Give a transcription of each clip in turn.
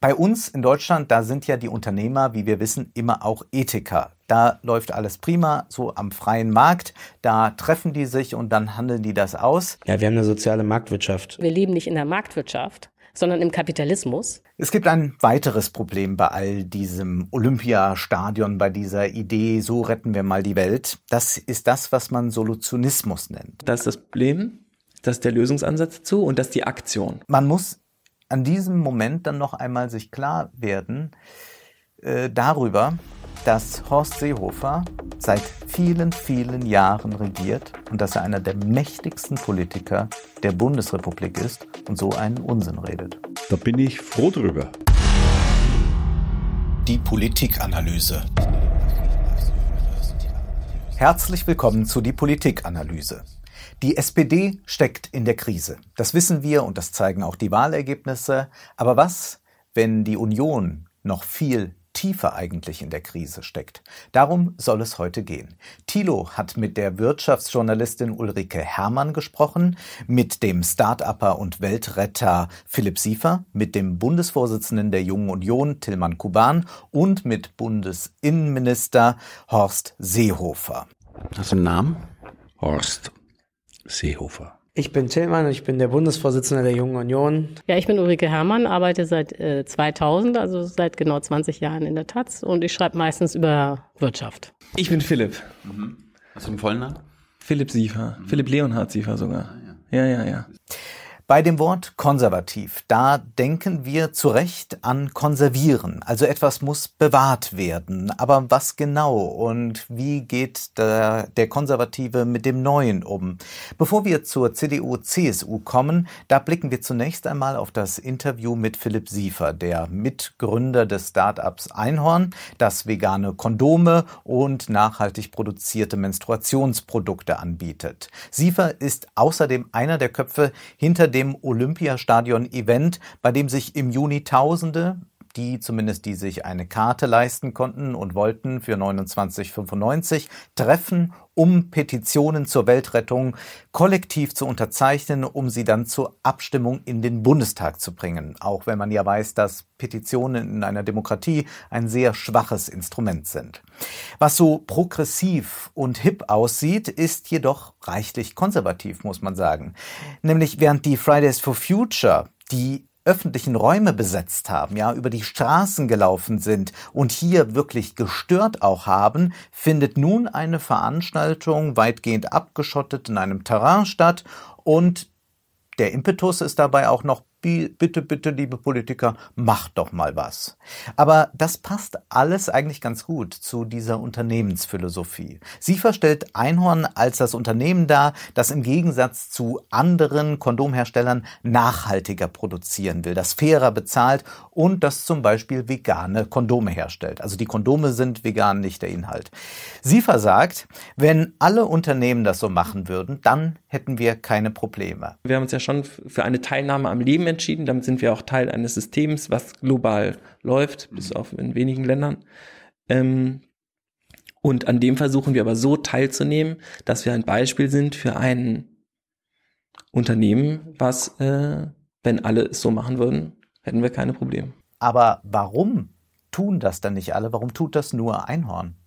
Bei uns in Deutschland, da sind ja die Unternehmer, wie wir wissen, immer auch Ethiker. Da läuft alles prima, so am freien Markt. Da treffen die sich und dann handeln die das aus. Ja, wir haben eine soziale Marktwirtschaft. Wir leben nicht in der Marktwirtschaft, sondern im Kapitalismus. Es gibt ein weiteres Problem bei all diesem Olympiastadion, bei dieser Idee, so retten wir mal die Welt. Das ist das, was man Solutionismus nennt. Das ist das Problem, das ist der Lösungsansatz dazu und das ist die Aktion. Man muss an diesem Moment dann noch einmal sich klar werden darüber, dass Horst Seehofer seit vielen, vielen Jahren regiert und dass er einer der mächtigsten Politiker der Bundesrepublik ist und so einen Unsinn redet. Da bin ich froh drüber. Die Politikanalyse. Herzlich willkommen zu Die Politikanalyse. Die SPD steckt in der Krise. Das wissen wir und das zeigen auch die Wahlergebnisse. Aber was, wenn die Union noch viel tiefer eigentlich in der Krise steckt? Darum soll es heute gehen. Thilo hat mit der Wirtschaftsjournalistin Ulrike Herrmann gesprochen, mit dem Start-Upper und Weltretter Philipp Siefer, mit dem Bundesvorsitzenden der Jungen Union Tilman Kuban und mit Bundesinnenminister Horst Seehofer. Hast du einen Namen? Horst Seehofer. Ich bin Tilman und ich bin der Bundesvorsitzende der Jungen Union. Ja, ich bin Ulrike Herrmann, arbeite seit 2000, also seit genau 20 Jahren in der Taz und ich schreibe meistens über Wirtschaft. Ich bin Philipp. Hast du einen vollen Namen? Philipp Siefer. Philipp Leonhard Siefer sogar. Ja. Bei dem Wort konservativ, da denken wir zu Recht an konservieren. Also etwas muss bewahrt werden. Aber was genau und wie geht der Konservative mit dem Neuen um? Bevor wir zur CDU-CSU kommen, da blicken wir zunächst einmal auf das Interview mit Philipp Siefer, der Mitgründer des Start-ups Einhorn, das vegane Kondome und nachhaltig produzierte Menstruationsprodukte anbietet. Siefer ist außerdem einer der Köpfe hinter dem Olympiastadion-Event, bei dem sich im Juni Tausende, die sich eine Karte leisten konnten und wollten für 29,95 treffen, um Petitionen zur Weltrettung kollektiv zu unterzeichnen, um sie dann zur Abstimmung in den Bundestag zu bringen. Auch wenn man ja weiß, dass Petitionen in einer Demokratie ein sehr schwaches Instrument sind. Was so progressiv und hip aussieht, ist jedoch reichlich konservativ, muss man sagen. Nämlich während die Fridays for Future die öffentlichen Räume besetzt haben, ja, über die Straßen gelaufen sind und hier wirklich gestört auch haben, findet nun eine Veranstaltung weitgehend abgeschottet in einem Terrain statt und der Impetus ist dabei auch noch, bitte, liebe Politiker, macht doch mal was. Aber das passt alles eigentlich ganz gut zu dieser Unternehmensphilosophie. Siefer stellt Einhorn als das Unternehmen dar, das im Gegensatz zu anderen Kondomherstellern nachhaltiger produzieren will, das fairer bezahlt und das zum Beispiel vegane Kondome herstellt. Also die Kondome sind vegan, nicht der Inhalt. Siefer sagt, wenn alle Unternehmen das so machen würden, dann hätten wir keine Probleme. Wir haben uns ja schon für eine Teilnahme am Leben entschieden. Damit sind wir auch Teil eines Systems, was global läuft, bis auf in wenigen Ländern. Und an dem versuchen wir aber so teilzunehmen, dass wir ein Beispiel sind für ein Unternehmen, was, wenn alle es so machen würden, hätten wir keine Probleme. Aber warum tun das dann nicht alle? Warum tut das nur Einhorn?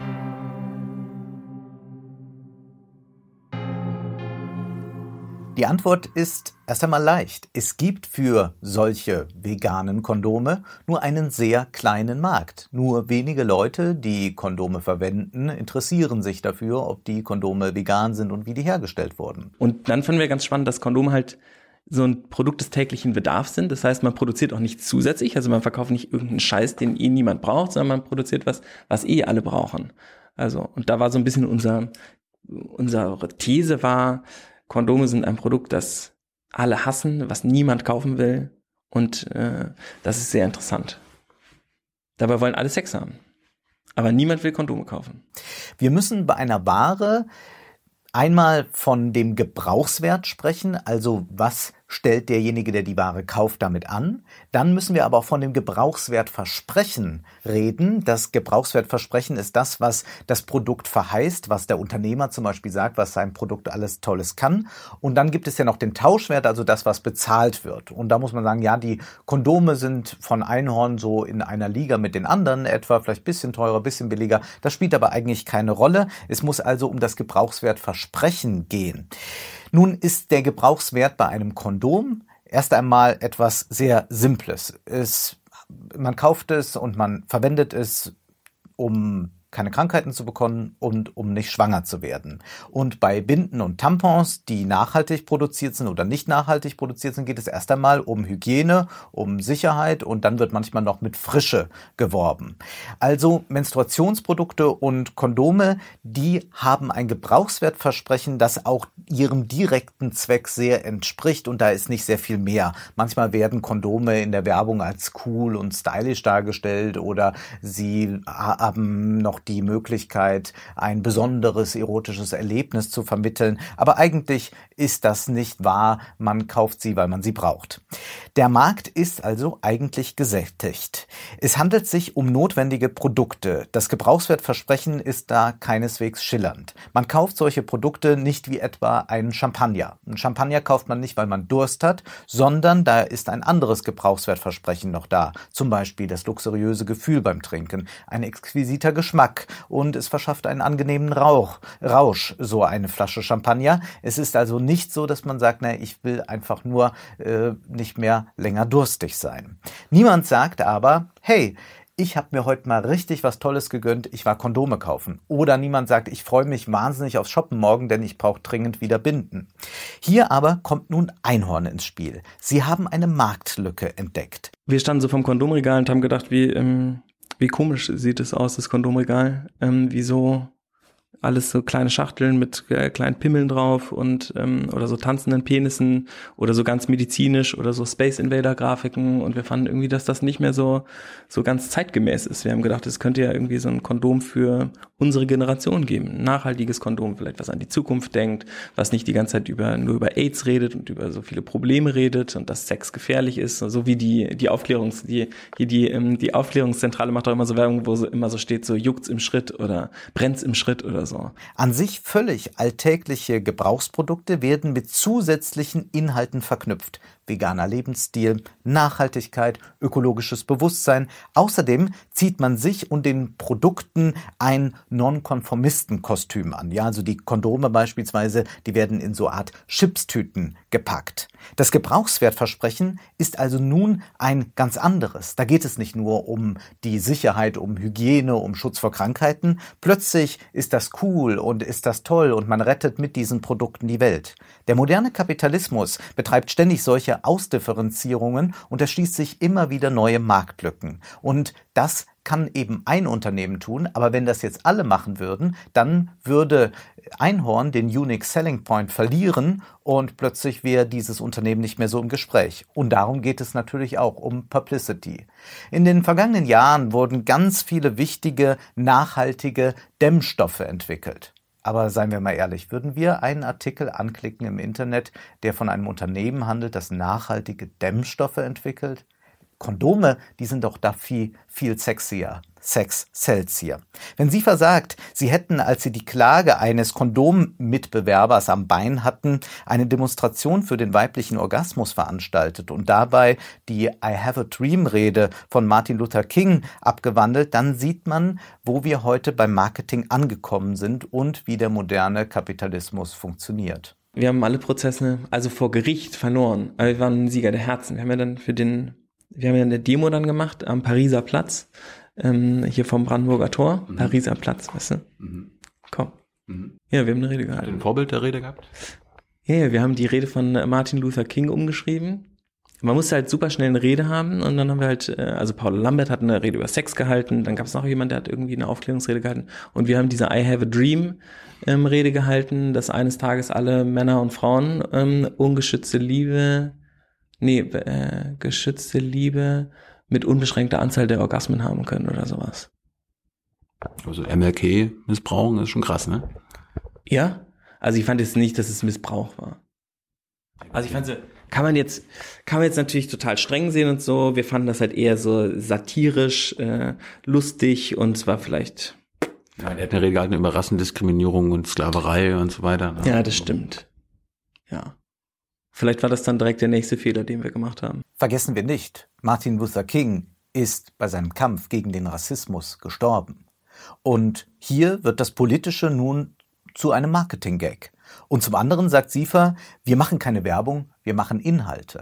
Die Antwort ist erst einmal leicht. Es gibt für solche veganen Kondome nur einen sehr kleinen Markt. Nur wenige Leute, die Kondome verwenden, interessieren sich dafür, ob die Kondome vegan sind und wie die hergestellt wurden. Und dann fanden wir ganz spannend, dass Kondome halt so ein Produkt des täglichen Bedarfs sind. Das heißt, man produziert auch nichts zusätzlich. Also man verkauft nicht irgendeinen Scheiß, den niemand braucht, sondern man produziert was alle brauchen. Also, und da war so ein bisschen unsere These war, Kondome sind ein Produkt, das alle hassen, was niemand kaufen will und das ist sehr interessant. Dabei wollen alle Sex haben, aber niemand will Kondome kaufen. Wir müssen bei einer Ware einmal von dem Gebrauchswert sprechen, also was stellt derjenige, der die Ware kauft, damit an. Dann müssen wir aber auch von dem Gebrauchswertversprechen reden. Das Gebrauchswertversprechen ist das, was das Produkt verheißt, was der Unternehmer zum Beispiel sagt, was sein Produkt alles Tolles kann. Und dann gibt es ja noch den Tauschwert, also das, was bezahlt wird. Und da muss man sagen, ja, die Kondome sind von Einhorn so in einer Liga mit den anderen etwa, vielleicht ein bisschen teurer, ein bisschen billiger. Das spielt aber eigentlich keine Rolle. Es muss also um das Gebrauchswertversprechen gehen. Nun ist der Gebrauchswert bei einem Kondom erst einmal etwas sehr Simples. Man kauft es und man verwendet es, um keine Krankheiten zu bekommen und um nicht schwanger zu werden. Und bei Binden und Tampons, die nachhaltig produziert sind oder nicht nachhaltig produziert sind, geht es erst einmal um Hygiene, um Sicherheit und dann wird manchmal noch mit Frische geworben. Also Menstruationsprodukte und Kondome, die haben ein Gebrauchswertversprechen, das auch ihrem direkten Zweck sehr entspricht und da ist nicht sehr viel mehr. Manchmal werden Kondome in der Werbung als cool und stylisch dargestellt oder sie haben noch die Möglichkeit, ein besonderes erotisches Erlebnis zu vermitteln. Aber eigentlich ist das nicht wahr. Man kauft sie, weil man sie braucht. Der Markt ist also eigentlich gesättigt. Es handelt sich um notwendige Produkte. Das Gebrauchswertversprechen ist da keineswegs schillernd. Man kauft solche Produkte nicht wie etwa einen Champagner. Einen Champagner kauft man nicht, weil man Durst hat, sondern da ist ein anderes Gebrauchswertversprechen noch da. Zum Beispiel das luxuriöse Gefühl beim Trinken, ein exquisiter Geschmack und es verschafft einen angenehmen Rausch, so eine Flasche Champagner. Es ist also nicht so, dass man sagt, ich will einfach nur nicht mehr länger durstig sein. Niemand sagt aber, hey, ich habe mir heute mal richtig was Tolles gegönnt, ich war Kondome kaufen. Oder niemand sagt, ich freue mich wahnsinnig aufs Shoppen morgen, denn ich brauche dringend wieder Binden. Hier aber kommt nun Einhorn ins Spiel. Sie haben eine Marktlücke entdeckt. Wir standen so vom Kondomregal und haben gedacht, wie komisch sieht es aus, das Kondomregal. Wieso alles so kleine Schachteln mit kleinen Pimmeln drauf und oder so tanzenden Penissen oder so ganz medizinisch oder so Space Invader Grafiken und wir fanden irgendwie, dass das nicht mehr so ganz zeitgemäß ist. Wir haben gedacht, es könnte ja irgendwie so ein Kondom für unsere Generation geben, ein nachhaltiges Kondom, vielleicht was an die Zukunft denkt, was nicht die ganze Zeit nur über AIDS redet und über so viele Probleme redet und dass Sex gefährlich ist, so wie die Aufklärungszentrale macht auch immer so Werbung, wo so immer so steht, so juckt's im Schritt oder brennt's im Schritt oder so. An sich völlig alltägliche Gebrauchsprodukte werden mit zusätzlichen Inhalten verknüpft. Veganer Lebensstil, Nachhaltigkeit, ökologisches Bewusstsein. Außerdem zieht man sich und den Produkten ein Nonkonformistenkostüm an. Ja, also die Kondome beispielsweise, die werden in so Art Chipstüten gepackt. Das Gebrauchswertversprechen ist also nun ein ganz anderes. Da geht es nicht nur um die Sicherheit, um Hygiene, um Schutz vor Krankheiten. Plötzlich ist das cool und ist das toll und man rettet mit diesen Produkten die Welt. Der moderne Kapitalismus betreibt ständig solche Ausdifferenzierungen und erschließt sich immer wieder neue Marktlücken. Und das kann eben ein Unternehmen tun, aber wenn das jetzt alle machen würden, dann würde Einhorn den Unique Selling Point verlieren und plötzlich wäre dieses Unternehmen nicht mehr so im Gespräch. Und darum geht es natürlich auch um Publicity. In den vergangenen Jahren wurden ganz viele wichtige, nachhaltige Dämmstoffe entwickelt. Aber seien wir mal ehrlich, würden wir einen Artikel anklicken im Internet, der von einem Unternehmen handelt, das nachhaltige Dämmstoffe entwickelt? Kondome, die sind doch da viel sexier. Sex sells hier. Wenn sie versagt, sie hätten, als sie die Klage eines Kondommitbewerbers am Bein hatten, eine Demonstration für den weiblichen Orgasmus veranstaltet und dabei die I Have a Dream Rede von Martin Luther King abgewandelt, dann sieht man, wo wir heute beim Marketing angekommen sind und wie der moderne Kapitalismus funktioniert. Wir haben alle Prozesse, also vor Gericht, verloren. Aber wir waren Sieger der Herzen. Wir haben ja eine Demo dann gemacht am Pariser Platz, hier vom Brandenburger Tor, Pariser Platz, weißt du? Komm. Ja, wir haben eine Rede gehalten. Hat ein Vorbild der Rede gehabt? Ja, wir haben die Rede von Martin Luther King umgeschrieben. Man musste halt super schnell eine Rede haben und dann haben wir halt, also Paula Lambert hat eine Rede über Sex gehalten, dann gab es noch jemand, der hat irgendwie eine Aufklärungsrede gehalten und wir haben diese I Have a Dream Rede gehalten, dass eines Tages alle Männer und Frauen geschützte Liebe mit unbeschränkter Anzahl der Orgasmen haben können oder sowas. Also MLK missbrauchen ist schon krass, ne? Ja, also ich fand jetzt nicht, dass es Missbrauch war. Also ich fand Kann man jetzt natürlich total streng sehen und so. Wir fanden das halt eher so satirisch, lustig und zwar vielleicht... Ja, er hat eine Rede gehalten über Rassendiskriminierung und Sklaverei und so weiter. Ne? Ja, das stimmt. Ja. Vielleicht war das dann direkt der nächste Fehler, den wir gemacht haben. Vergessen wir nicht, Martin Luther King ist bei seinem Kampf gegen den Rassismus gestorben. Und hier wird das Politische nun zu einem Marketing-Gag. Und zum anderen sagt SIFA, wir machen keine Werbung, wir machen Inhalte.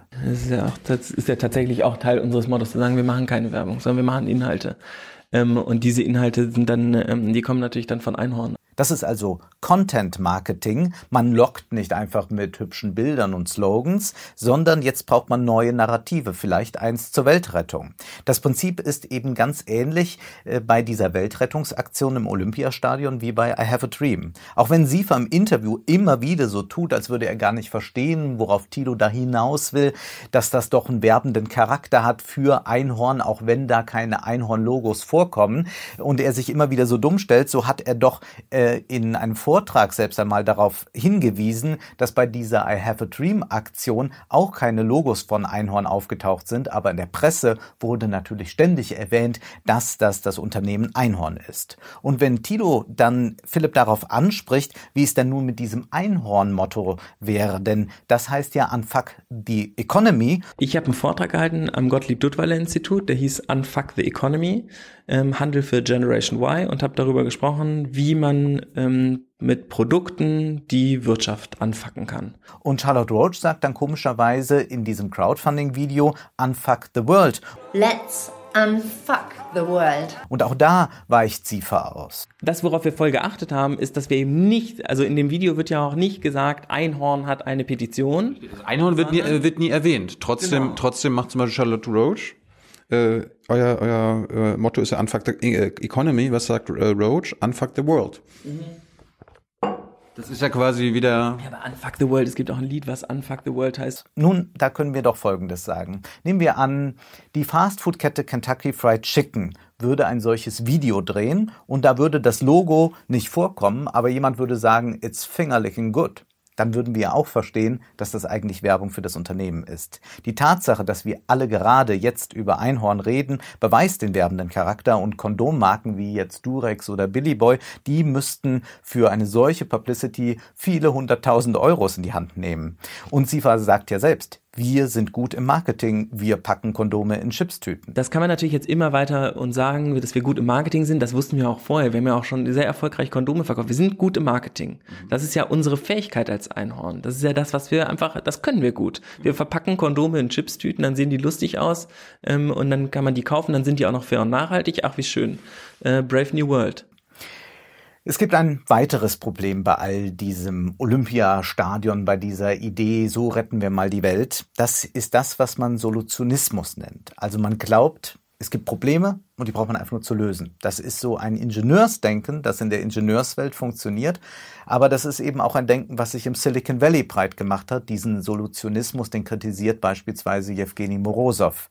Das ist ja tatsächlich auch Teil unseres Mottos, zu sagen, wir machen keine Werbung, sondern wir machen Inhalte. Und diese Inhalte sind dann, die kommen natürlich dann von Einhorn. Das ist also Content Marketing. Man lockt nicht einfach mit hübschen Bildern und Slogans, sondern jetzt braucht man neue Narrative, vielleicht eins zur Weltrettung. Das Prinzip ist eben ganz ähnlich bei dieser Weltrettungsaktion im Olympiastadion wie bei I Have a Dream. Auch wenn SIFA im Interview immer wieder so tut, als würde er gar nicht verstehen, worauf Thilo da hinaus will, dass das doch einen werbenden Charakter hat für Einhorn, auch wenn da keine Einhorn-Logos vorkommen und er sich immer wieder so dumm stellt, so hat er doch in einem Vortrag selbst einmal darauf hingewiesen, dass bei dieser I Have a Dream Aktion auch keine Logos von Einhorn aufgetaucht sind, aber in der Presse wurde natürlich ständig erwähnt, dass das Unternehmen Einhorn ist. Und wenn Thilo dann Philipp darauf anspricht, wie es denn nun mit diesem Einhorn-Motto wäre, denn das heißt ja Unfuck the Economy. Ich habe einen Vortrag gehalten am Gottlieb-Duttweiler-Institut, der hieß Unfuck the Economy, Handel für Generation Y und habe darüber gesprochen, wie man mit Produkten die Wirtschaft anfucken kann. Und Charlotte Roach sagt dann komischerweise in diesem Crowdfunding-Video Unfuck the World. Let's unfuck the world. Und auch da weicht SIFA aus. Das, worauf wir voll geachtet haben, ist, dass wir eben nicht, also in dem Video wird ja auch nicht gesagt, Einhorn hat eine Petition. Das Einhorn wird nie erwähnt. Trotzdem macht zum Beispiel Charlotte Roach. Euer Motto ist ja Unfuck the Economy. Was sagt Roach? Unfuck the World. Das ist ja quasi wieder... Ja, aber Unfuck the World, es gibt auch ein Lied, was Unfuck the World heißt. Nun, da können wir doch Folgendes sagen. Nehmen wir an, die Fastfood-Kette Kentucky Fried Chicken würde ein solches Video drehen und da würde das Logo nicht vorkommen, aber jemand würde sagen, it's finger licking good. Dann würden wir auch verstehen, dass das eigentlich Werbung für das Unternehmen ist. Die Tatsache, dass wir alle gerade jetzt über Einhorn reden, beweist den werbenden Charakter und Kondommarken wie jetzt Durex oder Billy Boy, die müssten für eine solche Publicity viele 100.000 Euros in die Hand nehmen. Und SIFA sagt ja selbst, wir sind gut im Marketing, wir packen Kondome in Chipstüten. Das kann man natürlich jetzt immer weiter und sagen, dass wir gut im Marketing sind. Das wussten wir auch vorher. Wir haben ja auch schon sehr erfolgreich Kondome verkauft. Wir sind gut im Marketing. Das ist ja unsere Fähigkeit als Einhorn. Das ist ja das, was wir einfach, das können wir gut. Wir verpacken Kondome in Chipstüten, dann sehen die lustig aus und dann kann man die kaufen, dann sind die auch noch fair und nachhaltig. Ach, wie schön. Brave New World. Es gibt ein weiteres Problem bei all diesem Olympiastadion, bei dieser Idee, so retten wir mal die Welt. Das ist das, was man Solutionismus nennt. Also man glaubt, es gibt Probleme und die braucht man einfach nur zu lösen. Das ist so ein Ingenieursdenken, das in der Ingenieurswelt funktioniert. Aber das ist eben auch ein Denken, was sich im Silicon Valley breit gemacht hat. Diesen Solutionismus, den kritisiert beispielsweise Jewgeni Morozov.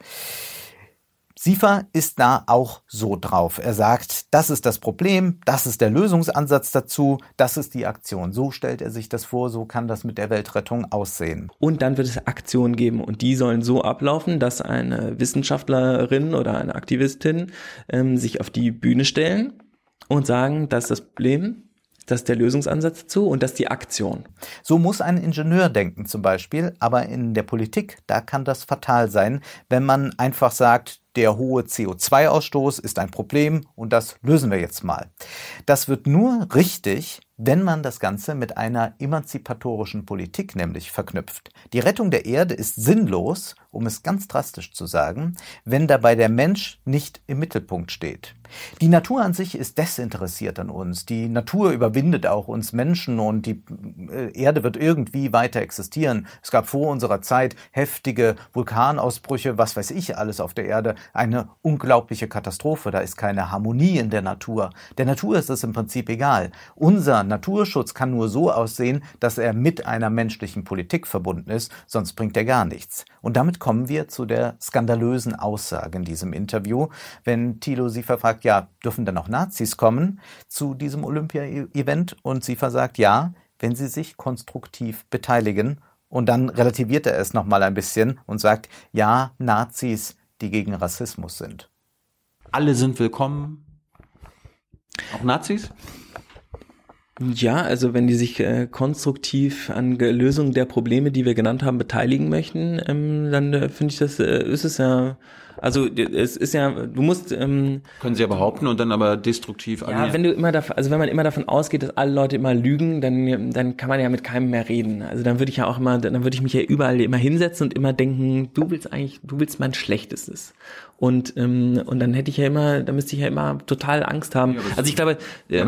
SIFA ist da auch so drauf. Er sagt, das ist das Problem, das ist der Lösungsansatz dazu, das ist die Aktion. So stellt er sich das vor, so kann das mit der Weltrettung aussehen. Und dann wird es Aktionen geben und die sollen so ablaufen, dass eine Wissenschaftlerin oder eine Aktivistin sich auf die Bühne stellen und sagen, das ist das Problem, das ist der Lösungsansatz dazu und das ist die Aktion. So muss ein Ingenieur denken zum Beispiel, aber in der Politik, da kann das fatal sein, wenn man einfach sagt, der hohe CO2-Ausstoß ist ein Problem und das lösen wir jetzt mal. Das wird nur richtig, wenn man das Ganze mit einer emanzipatorischen Politik nämlich verknüpft. Die Rettung der Erde ist sinnlos, um es ganz drastisch zu sagen, wenn dabei der Mensch nicht im Mittelpunkt steht. Die Natur an sich ist desinteressiert an uns. Die Natur überwindet auch uns Menschen und die Erde wird irgendwie weiter existieren. Es gab vor unserer Zeit heftige Vulkanausbrüche, was weiß ich alles auf der Erde. Eine unglaubliche Katastrophe. Da ist keine Harmonie in der Natur. Der Natur ist es im Prinzip egal. Unser Naturschutz kann nur so aussehen, dass er mit einer menschlichen Politik verbunden ist, sonst bringt er gar nichts. Und damit kommen wir zu der skandalösen Aussage in diesem Interview, wenn Thilo SIFA fragt, ja, dürfen denn auch Nazis kommen zu diesem Olympia-Event? Und SIFA sagt, ja, wenn sie sich konstruktiv beteiligen Und dann relativiert er es nochmal ein bisschen und sagt, ja, Nazis, die gegen Rassismus sind. Alle sind willkommen. Auch Nazis? Ja, also wenn die sich konstruktiv an Lösungen der Probleme, die wir genannt haben, beteiligen möchten, dann finde ich, das ist es ja. Also es ist ja, du musst können sie ja behaupten und dann aber destruktiv agieren. Ja, wenn man immer davon ausgeht, dass alle Leute immer lügen, dann kann man ja mit keinem mehr reden. Also dann würde ich mich ja überall immer hinsetzen und immer denken, du willst mein Schlechtestes. Und dann müsste ich ja immer total Angst haben. Ja, also ich glaube,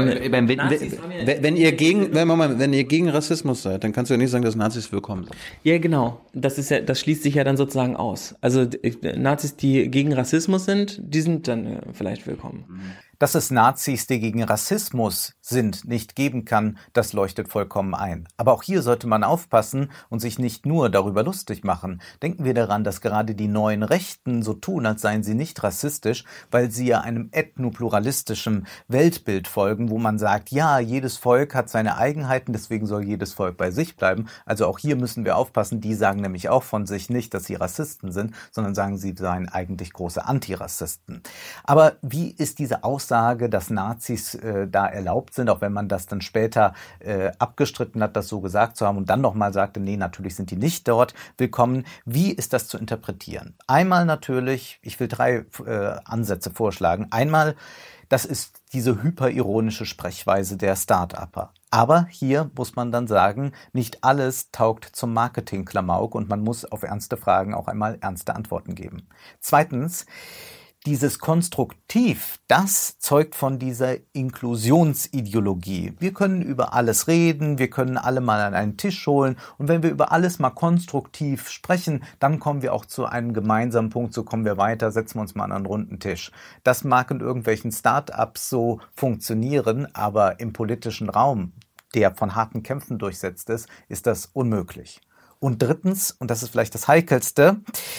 wenn ihr gegen Rassismus seid, dann kannst du ja nicht sagen, dass Nazis willkommen sind. Ja, genau. Das schließt sich ja dann sozusagen aus. Also Nazis, die gegen Rassismus sind, die sind dann vielleicht willkommen. Dass es Nazis, die gegen Rassismus sind, nicht geben kann, das leuchtet vollkommen ein. Aber auch hier sollte man aufpassen und sich nicht nur darüber lustig machen. Denken wir daran, dass gerade die neuen Rechten so tun, als seien sie nicht rassistisch, weil sie ja einem ethnopluralistischen Weltbild folgen, wo man sagt, ja, jedes Volk hat seine Eigenheiten, deswegen soll jedes Volk bei sich bleiben. Also auch hier müssen wir aufpassen, die sagen nämlich auch von sich nicht, dass sie Rassisten sind, sondern sagen, sie seien eigentlich große Antirassisten. Aber wie ist diese Aussage, dass Nazis da erlaubt sind, auch wenn man das dann später abgestritten hat, das so gesagt zu haben und dann nochmal sagte, nee, natürlich sind die nicht dort willkommen. Wie ist das zu interpretieren? Einmal natürlich, ich will 3 Ansätze vorschlagen. Einmal, das ist diese hyperironische Sprechweise der Start-Upper. Aber hier muss man dann sagen, nicht alles taugt zum Marketing-Klamauk und man muss auf ernste Fragen auch einmal ernste Antworten geben. Zweitens, dieses Konstruktiv, das zeugt von dieser Inklusionsideologie. Wir können über alles reden, wir können alle mal an einen Tisch holen und wenn wir über alles mal konstruktiv sprechen, dann kommen wir auch zu einem gemeinsamen Punkt, so kommen wir weiter, setzen wir uns mal an einen runden Tisch. Das mag in irgendwelchen Start-ups so funktionieren, aber im politischen Raum, der von harten Kämpfen durchsetzt ist das unmöglich. Und drittens, und das ist vielleicht das Heikelste,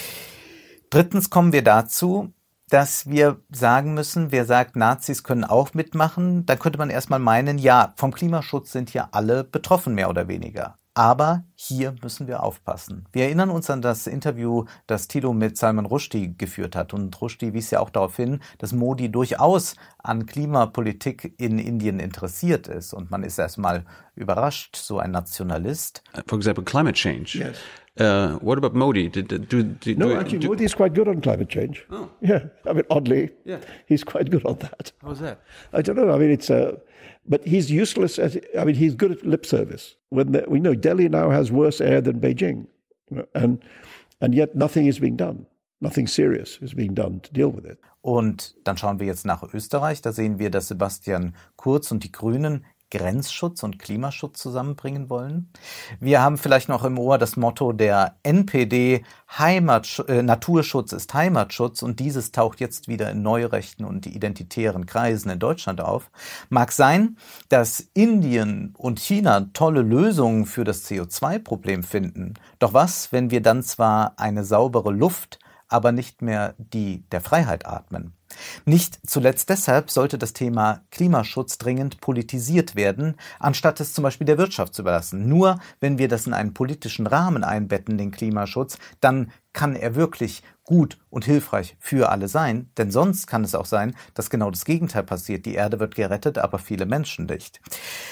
kommen wir dazu, dass wir sagen müssen, wer sagt, Nazis können auch mitmachen, dann könnte man erstmal meinen, ja, vom Klimaschutz sind hier alle betroffen, mehr oder weniger. Aber hier müssen wir aufpassen. Wir erinnern uns an das Interview, das Thilo mit Salman Rushdie geführt hat. Und Rushdie wies ja auch darauf hin, dass Modi durchaus an Klimapolitik in Indien interessiert ist. Und man ist erstmal überrascht, so ein Nationalist. For example, climate change. Yes. What about Modi? Modi is quite good on climate change. Oh. Yeah, I mean, oddly, Yeah. he's quite good on that. How's that? I don't know. I mean, but he's useless. He's good at lip service. We know Delhi now has worse air than Beijing, and yet nothing is being done. Nothing serious is being done to deal with it. Und dann schauen wir jetzt nach Österreich. Da sehen wir, dass Sebastian Kurz und die Grünen Grenzschutz und Klimaschutz zusammenbringen wollen. Wir haben vielleicht noch im Ohr das Motto der NPD, Naturschutz ist Heimatschutz, und dieses taucht jetzt wieder in neurechten und identitären Kreisen in Deutschland auf. Mag sein, dass Indien und China tolle Lösungen für das CO2-Problem finden. Doch was, wenn wir dann zwar eine saubere Luft, aber nicht mehr die der Freiheit atmen? Nicht zuletzt deshalb sollte das Thema Klimaschutz dringend politisiert werden, anstatt es zum Beispiel der Wirtschaft zu überlassen. Nur wenn wir das in einen politischen Rahmen einbetten, den Klimaschutz, dann kann er wirklich gut und hilfreich für alle sein. Denn sonst kann es auch sein, dass genau das Gegenteil passiert. Die Erde wird gerettet, aber viele Menschen nicht.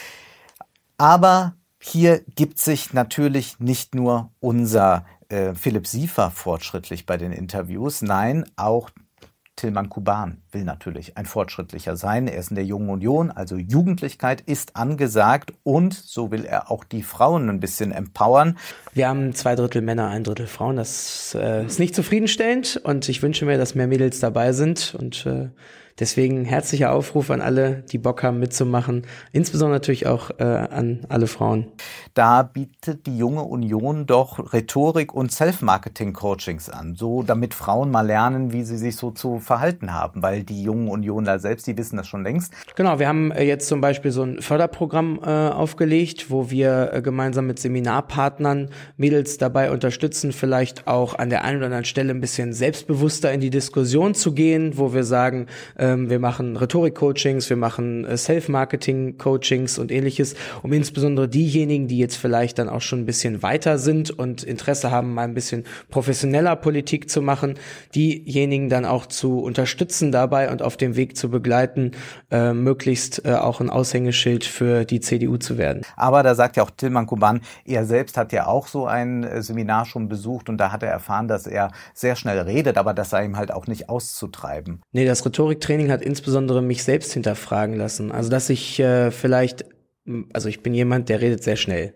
Aber hier gibt sich natürlich nicht nur unser Philipp Siefer fortschrittlich bei den Interviews, nein, auch Tilman Kuban will natürlich ein Fortschrittlicher sein. Er ist in der Jungen Union, also Jugendlichkeit ist angesagt und so will er auch die Frauen ein bisschen empowern. Wir haben 2/3 Männer, 1/3 Frauen. Das ist nicht zufriedenstellend und ich wünsche mir, dass mehr Mädels dabei sind und deswegen herzlicher Aufruf an alle, die Bock haben mitzumachen, insbesondere natürlich auch an alle Frauen. Da bietet die Junge Union doch Rhetorik und Self-Marketing-Coachings an, so damit Frauen mal lernen, wie sie sich so zu verhalten haben, weil die jungen Unionler selbst, die wissen das schon längst. Genau, wir haben jetzt zum Beispiel so ein Förderprogramm aufgelegt, wo wir gemeinsam mit Seminarpartnern Mädels dabei unterstützen, vielleicht auch an der einen oder anderen Stelle ein bisschen selbstbewusster in die Diskussion zu gehen, wo wir sagen, wir machen Rhetorik-Coachings, wir machen Self-Marketing-Coachings und ähnliches, um insbesondere diejenigen, die jetzt vielleicht dann auch schon ein bisschen weiter sind und Interesse haben, mal ein bisschen professioneller Politik zu machen, diejenigen dann auch zu unterstützen dabei und auf dem Weg zu begleiten, möglichst auch ein Aushängeschild für die CDU zu werden. Aber da sagt ja auch Tilman Kuban, er selbst hat ja auch so ein Seminar schon besucht und da hat er erfahren, dass er sehr schnell redet, aber das sei ihm halt auch nicht auszutreiben. Nee, das Rhetoriktraining hat insbesondere mich selbst hinterfragen lassen. Also dass ich ich bin jemand, der redet sehr schnell.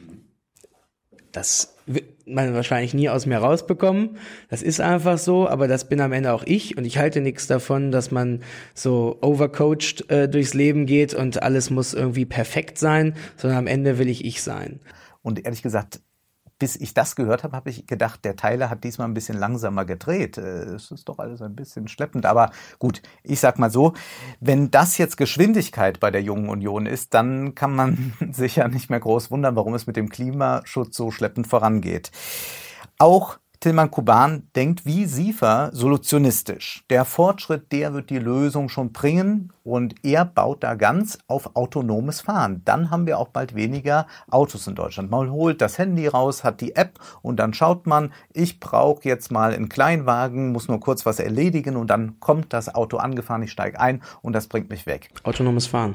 Das wird man wahrscheinlich nie aus mir rausbekommen. Das ist einfach so, aber das bin am Ende auch ich und ich halte nichts davon, dass man so overcoached durchs Leben geht und alles muss irgendwie perfekt sein, sondern am Ende will ich sein. Und ehrlich gesagt, bis ich das gehört habe, habe ich gedacht, der Tyler hat diesmal ein bisschen langsamer gedreht. Es ist doch alles ein bisschen schleppend. Aber gut, ich sag mal so, wenn das jetzt Geschwindigkeit bei der Jungen Union ist, dann kann man sich ja nicht mehr groß wundern, warum es mit dem Klimaschutz so schleppend vorangeht. Auch Tilman Kuban denkt wie Siefer solutionistisch. Der Fortschritt, der wird die Lösung schon bringen und er baut da ganz auf autonomes Fahren. Dann haben wir auch bald weniger Autos in Deutschland. Man holt das Handy raus, hat die App und dann schaut man, ich brauche jetzt mal einen Kleinwagen, muss nur kurz was erledigen und dann kommt das Auto angefahren, ich steige ein und das bringt mich weg. Autonomes Fahren.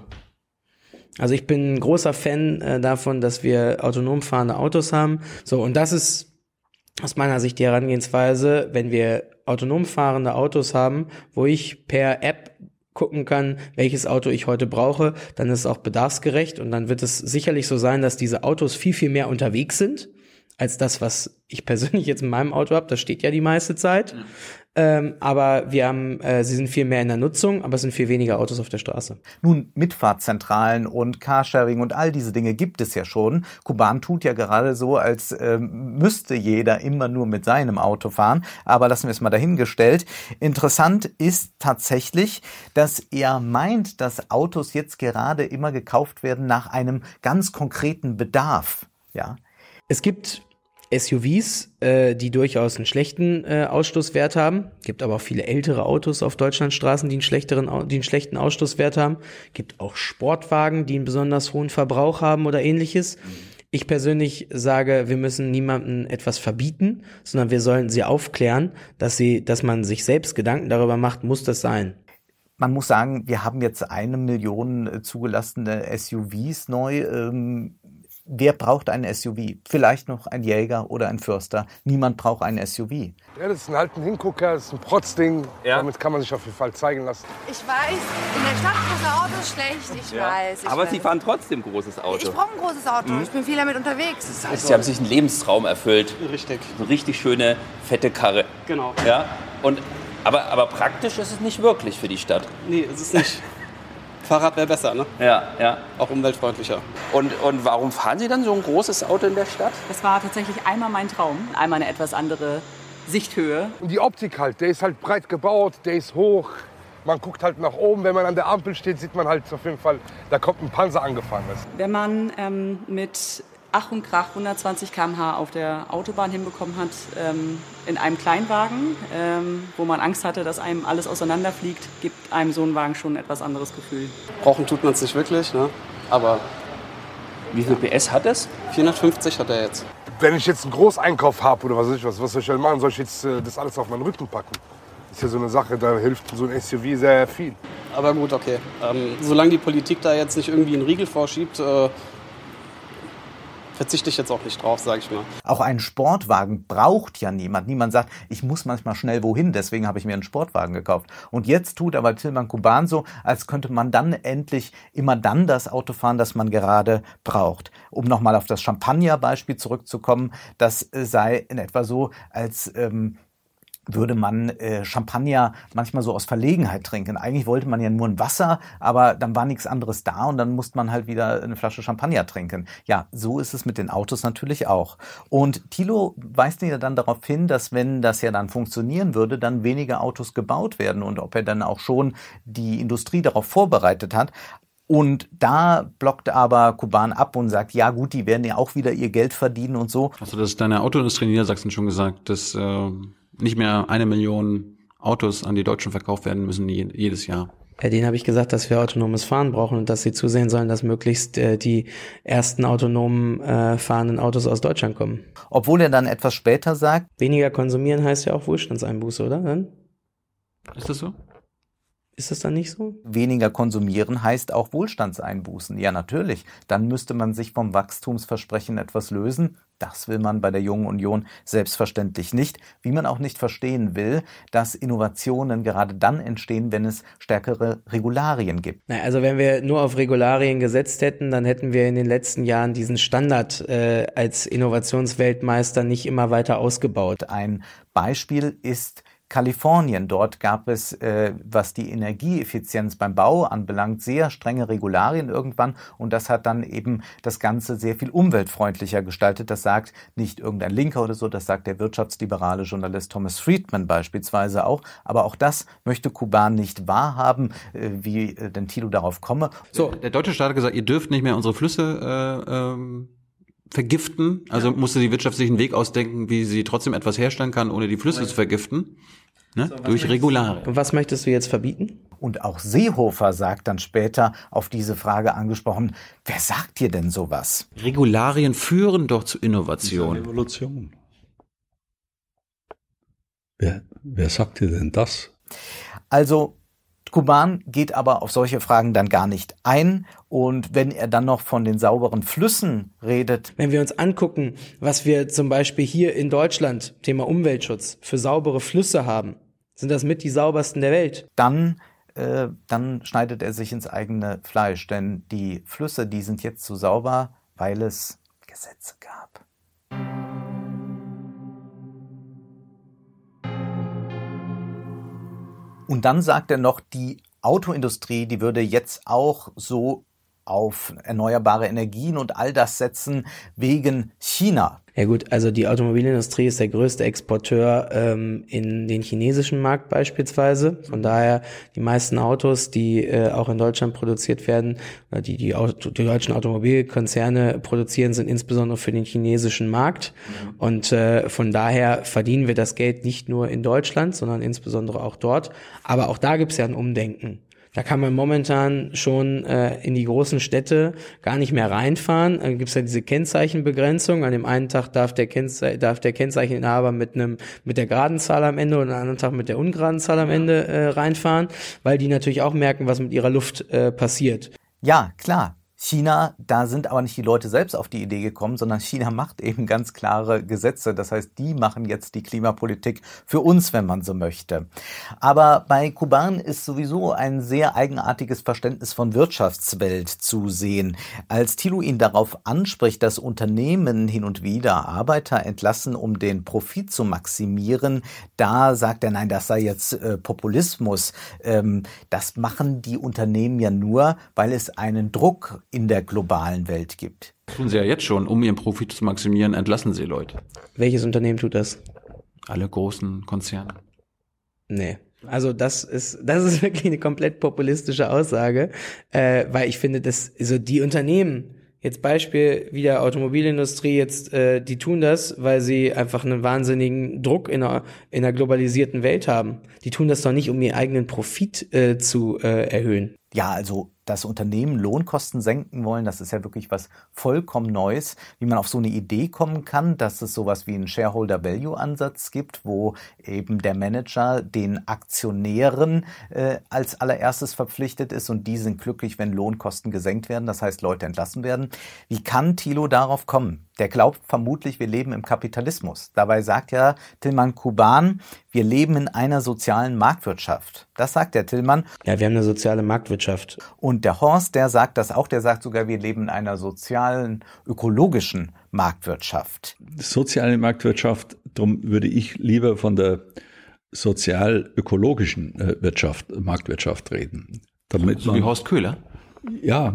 Also ich bin ein großer Fan davon, dass wir autonom fahrende Autos haben. So, und das ist aus meiner Sicht die Herangehensweise, wenn wir autonom fahrende Autos haben, wo ich per App gucken kann, welches Auto ich heute brauche, dann ist es auch bedarfsgerecht und dann wird es sicherlich so sein, dass diese Autos viel, viel mehr unterwegs sind, als das, was ich persönlich jetzt in meinem Auto habe. Das steht ja die meiste Zeit. Aber sie sind viel mehr in der Nutzung, aber es sind viel weniger Autos auf der Straße. Nun, Mitfahrzentralen und Carsharing und all diese Dinge gibt es ja schon. Kuban tut ja gerade so, als müsste jeder immer nur mit seinem Auto fahren. Aber lassen wir es mal dahingestellt. Interessant ist tatsächlich, dass er meint, dass Autos jetzt gerade immer gekauft werden nach einem ganz konkreten Bedarf. Ja. Es gibt SUVs, die durchaus einen schlechten Ausstoßwert haben. Gibt aber auch viele ältere Autos auf Deutschlandstraßen, die einen schlechten Ausstoßwert haben. Gibt auch Sportwagen, die einen besonders hohen Verbrauch haben oder ähnliches. Ich persönlich sage, wir müssen niemandem etwas verbieten, sondern wir sollen sie aufklären, dass man sich selbst Gedanken darüber macht, muss das sein. Man muss sagen, wir haben jetzt 1 Million zugelassene SUVs neu. Wer braucht ein SUV? Vielleicht noch ein Jäger oder ein Förster. Niemand braucht ein SUV. Ja, das ist ein alten Hingucker, das ist ein Protzding. Ja. Damit kann man sich auf jeden Fall zeigen lassen. Ich weiß, in der Stadt große Autos schlecht, ich weiß. Aber Sie fahren trotzdem ein großes Auto. Ich brauche ein großes Auto, ich bin viel damit unterwegs. Das heißt, Sie haben sich einen Lebenstraum erfüllt. Richtig. Eine richtig schöne, fette Karre. Genau. Ja? Aber praktisch ist es nicht wirklich für die Stadt. Nee, ist es nicht. Fahrrad wäre besser, ne? Ja. Auch umweltfreundlicher. Und warum fahren Sie dann so ein großes Auto in der Stadt? Das war tatsächlich einmal mein Traum. Einmal eine etwas andere Sichthöhe. Und die Optik halt, der ist halt breit gebaut, der ist hoch. Man guckt halt nach oben, wenn man an der Ampel steht, sieht man halt auf jeden Fall, da kommt ein Panzer angefahren. Wenn man mit Ach und Krach 120 km/h auf der Autobahn hinbekommen hat, in einem Kleinwagen, wo man Angst hatte, dass einem alles auseinanderfliegt, gibt einem so ein Wagen schon ein etwas anderes Gefühl. Brauchen tut man es nicht wirklich, ne? Aber wie viel PS hat es? 450 hat er jetzt. Wenn ich jetzt einen Großeinkauf habe oder was soll ich denn machen? Soll ich jetzt das alles auf meinen Rücken packen? Das ist ja so eine Sache, da hilft so ein SUV sehr viel. Aber gut, okay. Solange die Politik da jetzt nicht irgendwie einen Riegel vorschiebt, verzichte ich jetzt auch nicht drauf, sage ich mal. Auch einen Sportwagen braucht ja niemand. Niemand sagt, ich muss manchmal schnell wohin, deswegen habe ich mir einen Sportwagen gekauft. Und jetzt tut aber Tilman Kuban so, als könnte man dann endlich immer dann das Auto fahren, das man gerade braucht. Um nochmal auf das Champagner-Beispiel zurückzukommen, das sei in etwa so, als würde man Champagner manchmal so aus Verlegenheit trinken. Eigentlich wollte man ja nur ein Wasser, aber dann war nichts anderes da und dann musste man halt wieder eine Flasche Champagner trinken. Ja, so ist es mit den Autos natürlich auch. Und Thilo weist ja dann darauf hin, dass wenn das ja dann funktionieren würde, dann weniger Autos gebaut werden und ob er dann auch schon die Industrie darauf vorbereitet hat. Und da blockt aber Kuban ab und sagt, ja gut, die werden ja auch wieder ihr Geld verdienen und so. Hast du das deiner Autoindustrie in Niedersachsen schon gesagt, dass nicht mehr 1 Million Autos an die Deutschen verkauft werden müssen jedes Jahr. Denen habe ich gesagt, dass wir autonomes Fahren brauchen und dass sie zusehen sollen, dass möglichst die ersten autonomen fahrenden Autos aus Deutschland kommen. Obwohl er dann etwas später sagt, weniger konsumieren heißt ja auch Wohlstandseinbuße, oder? Dann? Ist das so? Ist das dann nicht so? Weniger konsumieren heißt auch Wohlstandseinbußen. Ja, natürlich. Dann müsste man sich vom Wachstumsversprechen etwas lösen. Das will man bei der Jungen Union selbstverständlich nicht. Wie man auch nicht verstehen will, dass Innovationen gerade dann entstehen, wenn es stärkere Regularien gibt. Also wenn wir nur auf Regularien gesetzt hätten, dann hätten wir in den letzten Jahren diesen Standard als Innovationsweltmeister nicht immer weiter ausgebaut. Ein Beispiel ist Kalifornien. Dort gab es, was die Energieeffizienz beim Bau anbelangt, sehr strenge Regularien irgendwann und das hat dann eben das Ganze sehr viel umweltfreundlicher gestaltet. Das sagt nicht irgendein Linker oder so, das sagt der wirtschaftsliberale Journalist Thomas Friedman beispielsweise auch. Aber auch das möchte Kuban nicht wahrhaben, wie denn Thilo darauf komme. So, der deutsche Staat hat gesagt, ihr dürft nicht mehr unsere Flüsse vergiften. Also musste die Wirtschaft sich einen Weg ausdenken, wie sie trotzdem etwas herstellen kann, ohne die Flüsse zu vergiften. Ne? So, durch Regularien. Und was möchtest du jetzt verbieten? Und auch Seehofer sagt dann später auf diese Frage angesprochen, wer sagt dir denn sowas? Regularien führen doch zu Innovation. Evolution. Wer sagt dir denn das? Also Kuban geht aber auf solche Fragen dann gar nicht ein. Und wenn er dann noch von den sauberen Flüssen redet. Wenn wir uns angucken, was wir zum Beispiel hier in Deutschland, Thema Umweltschutz, für saubere Flüsse haben, sind das mit die saubersten der Welt. Dann schneidet er sich ins eigene Fleisch. Denn die Flüsse, die sind jetzt so sauber, weil es Gesetze gab. Und dann sagt er noch, die Autoindustrie, die würde jetzt auch so auf erneuerbare Energien und all das setzen wegen China. Ja gut, also die Automobilindustrie ist der größte Exporteur in den chinesischen Markt beispielsweise. Von daher die meisten Autos, die auch in Deutschland produziert werden, oder die deutschen Automobilkonzerne produzieren, sind insbesondere für den chinesischen Markt. Und von daher verdienen wir das Geld nicht nur in Deutschland, sondern insbesondere auch dort. Aber auch da gibt es ja ein Umdenken. Da kann man momentan schon in die großen Städte gar nicht mehr reinfahren. Dann gibt's ja diese Kennzeichenbegrenzung. An dem einen Tag darf der Kennzeicheninhaber mit der geraden Zahl am Ende und am anderen Tag mit der ungeraden Zahl am Ende reinfahren, weil die natürlich auch merken, was mit ihrer Luft passiert. Ja, klar. China, da sind aber nicht die Leute selbst auf die Idee gekommen, sondern China macht eben ganz klare Gesetze. Das heißt, die machen jetzt die Klimapolitik für uns, wenn man so möchte. Aber bei Kuban ist sowieso ein sehr eigenartiges Verständnis von Wirtschaftswelt zu sehen. Als Thilo ihn darauf anspricht, dass Unternehmen hin und wieder Arbeiter entlassen, um den Profit zu maximieren, da sagt er, nein, das sei jetzt Populismus. Das machen die Unternehmen ja nur, weil es einen Druck in der globalen Welt gibt. Das tun sie ja jetzt schon. Um ihren Profit zu maximieren, entlassen sie Leute. Welches Unternehmen tut das? Alle großen Konzerne. Nee. Also das ist wirklich eine komplett populistische Aussage, weil ich finde, dass also die Unternehmen, jetzt Beispiel wie der Automobilindustrie jetzt, die tun das, weil sie einfach einen wahnsinnigen Druck in einer globalisierten Welt haben. Die tun das doch nicht, um ihren eigenen Profit zu erhöhen. Ja, also dass Unternehmen Lohnkosten senken wollen, das ist ja wirklich was vollkommen Neues, wie man auf so eine Idee kommen kann, dass es sowas wie einen Shareholder-Value-Ansatz gibt, wo eben der Manager den Aktionären als allererstes verpflichtet ist und die sind glücklich, wenn Lohnkosten gesenkt werden, das heißt Leute entlassen werden. Wie kann Thilo darauf kommen? Der glaubt vermutlich, wir leben im Kapitalismus. Dabei sagt ja Tilman Kuban, wir leben in einer sozialen Marktwirtschaft. Das sagt der Tilman. Ja, wir haben eine soziale Marktwirtschaft. Und der Horst, der sagt das auch, der sagt sogar, wir leben in einer sozialen, ökologischen Marktwirtschaft. Soziale Marktwirtschaft, darum würde ich lieber von der sozial-ökologischen Marktwirtschaft reden. Damit so wie Horst Köhler? Ja,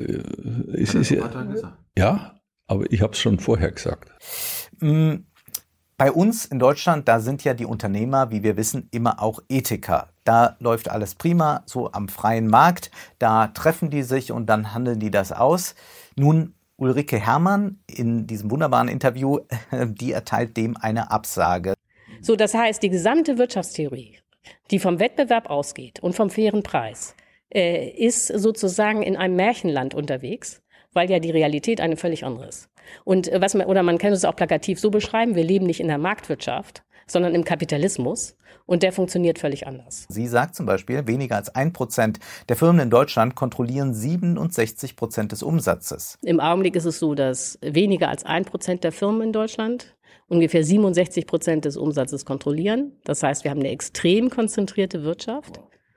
ja, aber ich habe es schon vorher gesagt. Bei uns in Deutschland, da sind ja die Unternehmer, wie wir wissen, immer auch Ethiker. Da läuft alles prima, so am freien Markt. Da treffen die sich und dann handeln die das aus. Nun, Ulrike Herrmann in diesem wunderbaren Interview, die erteilt dem eine Absage. So, das heißt, die gesamte Wirtschaftstheorie die vom Wettbewerb ausgeht und vom fairen Preis, ist sozusagen in einem Märchenland unterwegs, weil ja die Realität eine völlig andere ist. Und man kann es auch plakativ so beschreiben, wir leben nicht in der Marktwirtschaft, sondern im Kapitalismus. Und der funktioniert völlig anders. Sie sagt zum Beispiel, weniger als 1% der Firmen in Deutschland kontrollieren 67% des Umsatzes. Im Augenblick ist es so, dass weniger als 1% der Firmen in Deutschland ungefähr 67% des Umsatzes kontrollieren. Das heißt, wir haben eine extrem konzentrierte Wirtschaft.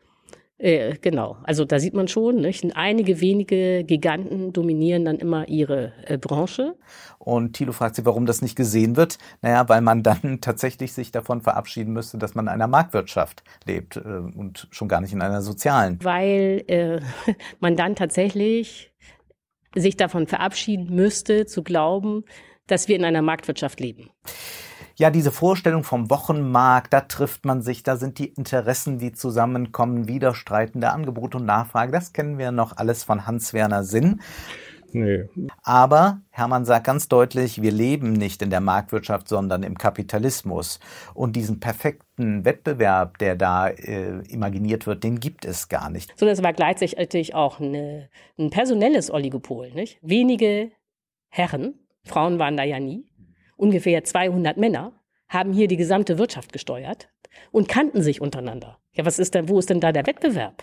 Genau, also da sieht man schon, nicht? Einige wenige Giganten dominieren dann immer ihre Branche. Und Thilo fragt sich, warum das nicht gesehen wird. Naja, weil man dann tatsächlich sich davon verabschieden müsste, dass man in einer Marktwirtschaft lebt und schon gar nicht in einer sozialen. Weil man dann tatsächlich sich davon verabschieden müsste, zu glauben, dass wir in einer Marktwirtschaft leben. Ja, diese Vorstellung vom Wochenmarkt, da trifft man sich, da sind die Interessen, die zusammenkommen, widerstreitende Angebot und Nachfrage. Das kennen wir noch alles von Hans-Werner Sinn. Nee. Aber Hermann sagt ganz deutlich, wir leben nicht in der Marktwirtschaft, sondern im Kapitalismus. Und diesen perfekten Wettbewerb, der da imaginiert wird, den gibt es gar nicht. So, das war gleichzeitig auch ein personelles Oligopol, nicht? Wenige Herren, Frauen waren da ja nie. Ungefähr 200 Männer haben hier die gesamte Wirtschaft gesteuert und kannten sich untereinander. Ja, wo ist denn da der Wettbewerb?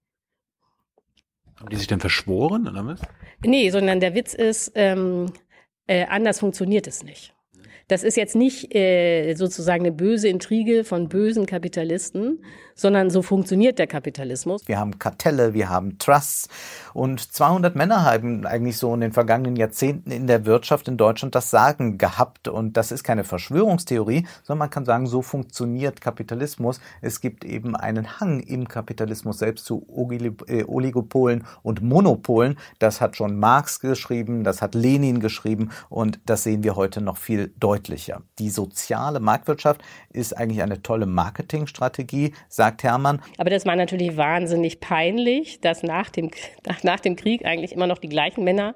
Haben die sich denn verschworen, oder was? Nee, sondern der Witz ist, anders funktioniert es nicht. Das ist jetzt nicht sozusagen eine böse Intrige von bösen Kapitalisten, sondern so funktioniert der Kapitalismus. Wir haben Kartelle, wir haben Trusts und 200 Männer haben eigentlich so in den vergangenen Jahrzehnten in der Wirtschaft in Deutschland das Sagen gehabt. Und das ist keine Verschwörungstheorie, sondern man kann sagen, so funktioniert Kapitalismus. Es gibt eben einen Hang im Kapitalismus selbst zu Oligopolen und Monopolen. Das hat schon Marx geschrieben, das hat Lenin geschrieben und das sehen wir heute noch viel deutlicher. Die soziale Marktwirtschaft ist eigentlich eine tolle Marketingstrategie, sagt Hermann. Aber das war natürlich wahnsinnig peinlich, dass nach dem Krieg eigentlich immer noch die gleichen Männer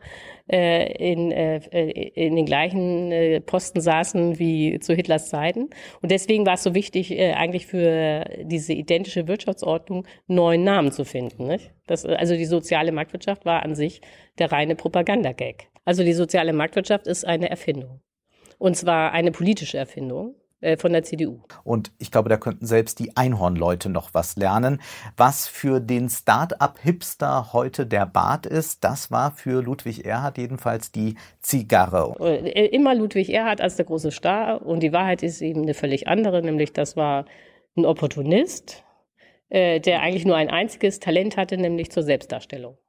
in den gleichen Posten saßen wie zu Hitlers Zeiten. Und deswegen war es so wichtig, eigentlich für diese identische Wirtschaftsordnung einen neuen Namen zu finden. Nicht? Also die soziale Marktwirtschaft war an sich der reine Propagandagag. Also die soziale Marktwirtschaft ist eine Erfindung. Und zwar eine politische Erfindung von der CDU. Und ich glaube, da könnten selbst die Einhornleute noch was lernen. Was für den Start-up-Hipster heute der Bart ist, das war für Ludwig Erhard jedenfalls die Zigarre. Immer Ludwig Erhard als der große Star. Und die Wahrheit ist eben eine völlig andere, nämlich das war ein Opportunist, der eigentlich nur ein einziges Talent hatte, nämlich zur Selbstdarstellung.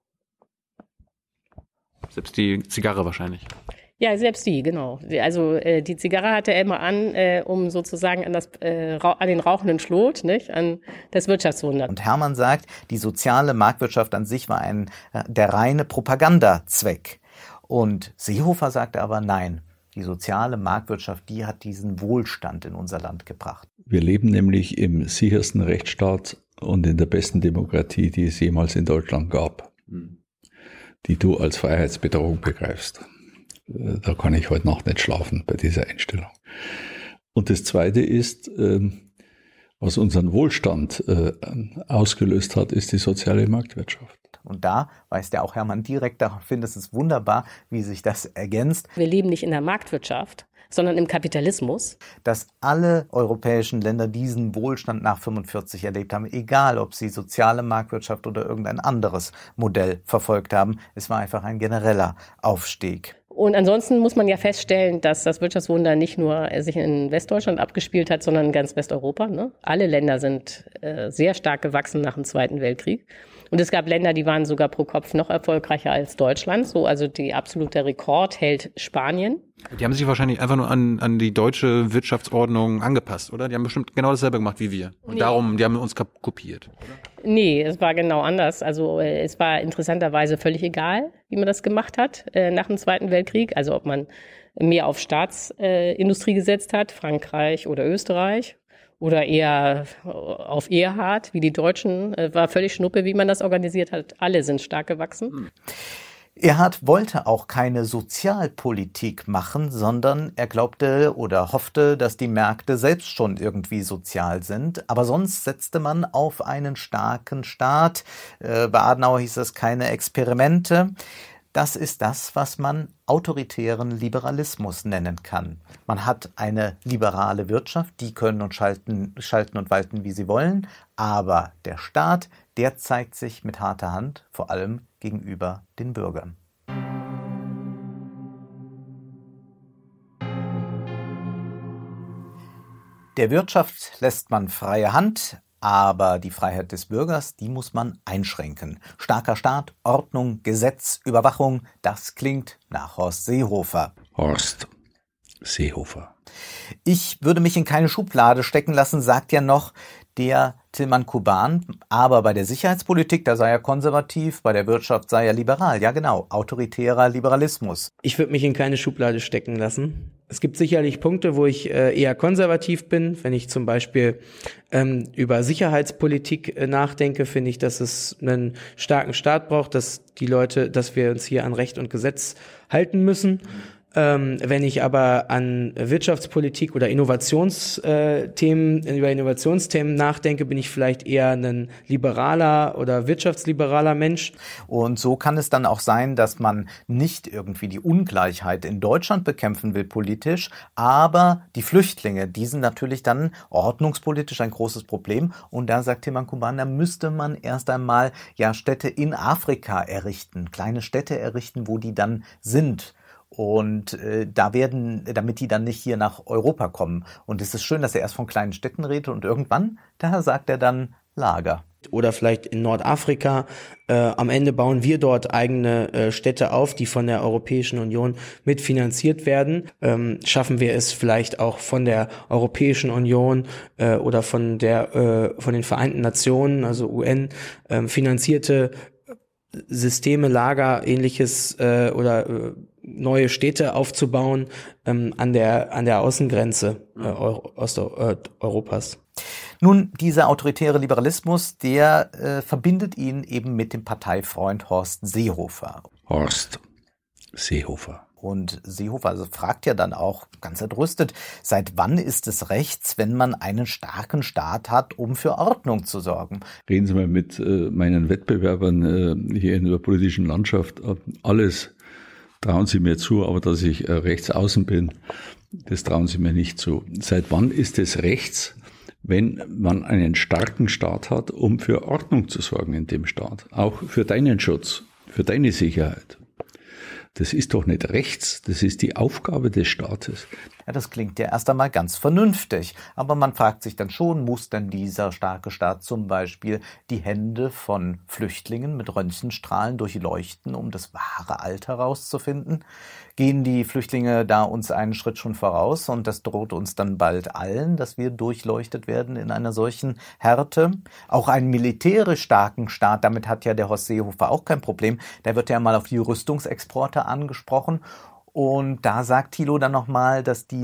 Selbst die Zigarre wahrscheinlich. Ja, selbst die, genau. Also die Zigarre hatte er immer an, um sozusagen an den rauchenden Schlot, nicht, an das Wirtschaftswunder. Und Hermann sagt, die soziale Marktwirtschaft an sich war der reine Propagandazweck. Und Seehofer sagte aber nein, die soziale Marktwirtschaft, die hat diesen Wohlstand in unser Land gebracht. Wir leben nämlich im sichersten Rechtsstaat und in der besten Demokratie, die es jemals in Deutschland gab, die du als Freiheitsbedrohung begreifst. Da kann ich heute Nacht nicht schlafen bei dieser Einstellung. Und das Zweite ist, was unseren Wohlstand ausgelöst hat, ist die soziale Marktwirtschaft. Und da weist ja auch Hermann direkt darauf hin, das ist wunderbar, wie sich das ergänzt. Wir leben nicht in der Marktwirtschaft, sondern im Kapitalismus. Dass alle europäischen Länder diesen Wohlstand nach 45 erlebt haben, egal ob sie soziale Marktwirtschaft oder irgendein anderes Modell verfolgt haben. Es war einfach ein genereller Aufstieg. Und ansonsten muss man ja feststellen, dass das Wirtschaftswunder nicht nur sich in Westdeutschland abgespielt hat, sondern in ganz Westeuropa. Ne? Alle Länder sind sehr stark gewachsen nach dem Zweiten Weltkrieg. Und es gab Länder, die waren sogar pro Kopf noch erfolgreicher als Deutschland. So, also die absolute Rekord hält Spanien. Die haben sich wahrscheinlich einfach nur an die deutsche Wirtschaftsordnung angepasst, oder? Die haben bestimmt genau dasselbe gemacht wie wir. Und darum, die haben uns kopiert, oder? Nee, es war genau anders. Also es war interessanterweise völlig egal, wie man das gemacht hat nach dem Zweiten Weltkrieg. Also ob man mehr auf Staatsindustrie gesetzt hat, Frankreich oder Österreich, oder eher auf Erhard, wie die Deutschen, war völlig schnuppe, wie man das organisiert hat. Alle sind stark gewachsen. Erhard wollte auch keine Sozialpolitik machen, sondern er glaubte oder hoffte, dass die Märkte selbst schon irgendwie sozial sind. Aber sonst setzte man auf einen starken Staat. Bei Adenauer hieß es keine Experimente. Das ist das, was man autoritären Liberalismus nennen kann. Man hat eine liberale Wirtschaft, die können und schalten und walten, wie sie wollen. Aber der Staat, der zeigt sich mit harter Hand, vor allem gegenüber den Bürgern. Der Wirtschaft lässt man freie Hand, aber die Freiheit des Bürgers, die muss man einschränken. Starker Staat, Ordnung, Gesetz, Überwachung, das klingt nach Horst Seehofer. Horst Seehofer. Ich würde mich in keine Schublade stecken lassen, sagt ja noch der Tilman Kuban, aber bei der Sicherheitspolitik, da sei er konservativ, bei der Wirtschaft sei er liberal. Ja genau, autoritärer Liberalismus. Ich würde mich in keine Schublade stecken lassen. Es gibt sicherlich Punkte, wo ich eher konservativ bin. Wenn ich zum Beispiel über Sicherheitspolitik nachdenke, finde ich, dass es einen starken Staat braucht, dass wir uns hier an Recht und Gesetz halten müssen. Wenn ich aber an Wirtschaftspolitik oder Innovationsthemen nachdenke, bin ich vielleicht eher ein liberaler oder wirtschaftsliberaler Mensch. Und so kann es dann auch sein, dass man nicht irgendwie die Ungleichheit in Deutschland bekämpfen will politisch, aber die Flüchtlinge, die sind natürlich dann ordnungspolitisch ein großes Problem. Und da sagt Tilman Kuban, da müsste man erst einmal Städte in Afrika errichten, kleine Städte errichten, wo die dann sind. Und damit die dann nicht hier nach Europa kommen. Und es ist schön, dass er erst von kleinen Städten redet und irgendwann, da sagt er dann Lager. Oder vielleicht in Nordafrika. Am Ende bauen wir dort eigene Städte auf, die von der Europäischen Union mitfinanziert werden. Schaffen wir es vielleicht auch von der Europäischen Union oder von den Vereinten Nationen, also UN, finanzierte Systeme, Lager, ähnliches oder neue Städte aufzubauen an der Außengrenze Osteuropas. Nun, dieser autoritäre Liberalismus, der verbindet ihn eben mit dem Parteifreund Horst Seehofer. Horst Seehofer. Und Seehofer fragt ja dann auch ganz entrüstet, seit wann ist es rechts, wenn man einen starken Staat hat, um für Ordnung zu sorgen? Reden Sie mal mit meinen Wettbewerbern hier in der politischen Landschaft. Alles trauen Sie mir zu, aber dass ich rechts außen bin, das trauen Sie mir nicht zu. Seit wann ist es rechts, wenn man einen starken Staat hat, um für Ordnung zu sorgen in dem Staat? Auch für deinen Schutz, für deine Sicherheit. Das ist doch nicht rechts, das ist die Aufgabe des Staates. Ja, das klingt ja erst einmal ganz vernünftig. Aber man fragt sich dann schon, muss denn dieser starke Staat zum Beispiel die Hände von Flüchtlingen mit Röntgenstrahlen durchleuchten, um das wahre Alter herauszufinden? Gehen die Flüchtlinge da uns einen Schritt schon voraus und das droht uns dann bald allen, dass wir durchleuchtet werden in einer solchen Härte? Auch einen militärisch starken Staat, damit hat ja der Horst Seehofer auch kein Problem. Da wird ja mal auf die Rüstungsexporte angesprochen. Und da sagt Thilo dann nochmal, dass die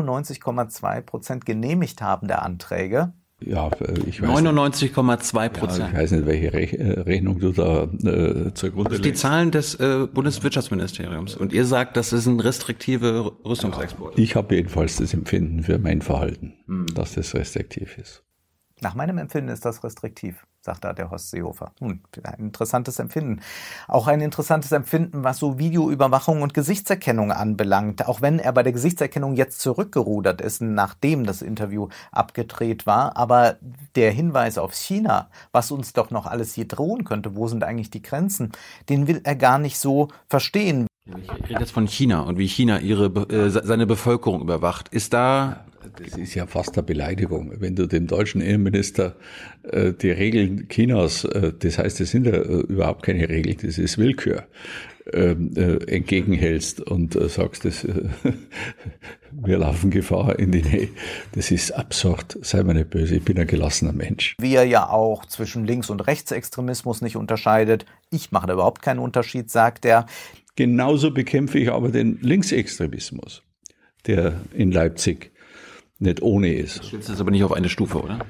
99,2% genehmigt haben der Anträge. Ja, ich weiß 99,2%. Ja, ich weiß nicht, welche Rechnung du da zugrunde legst. Die Zahlen des Bundeswirtschaftsministeriums. Und ihr sagt, das sind restriktive Rüstungsexporte. Ich habe jedenfalls das Empfinden für mein Verhalten, dass das restriktiv ist. Nach meinem Empfinden ist das restriktiv, sagt da der Horst Seehofer. Ein interessantes Empfinden. Auch ein interessantes Empfinden, was so Videoüberwachung und Gesichtserkennung anbelangt. Auch wenn er bei der Gesichtserkennung jetzt zurückgerudert ist, nachdem das Interview abgedreht war. Aber der Hinweis auf China, was uns doch noch alles hier drohen könnte, wo sind eigentlich die Grenzen, den will er gar nicht so verstehen. Ich rede jetzt von China und wie China seine Bevölkerung überwacht. Ist da... Das ist ja fast eine Beleidigung, wenn du dem deutschen Innenminister die Regeln Chinas, das heißt, das sind ja überhaupt keine Regeln, das ist Willkür, entgegenhältst und sagst, wir laufen Gefahr in die Nähe. Das ist absurd, sei mir nicht böse, ich bin ein gelassener Mensch. Wie er ja auch zwischen Links- und Rechtsextremismus nicht unterscheidet. Ich mache da überhaupt keinen Unterschied, sagt er. Genauso bekämpfe ich aber den Linksextremismus, der in Leipzig nicht ohne ist. Stellst du das aber nicht auf eine Stufe, oder?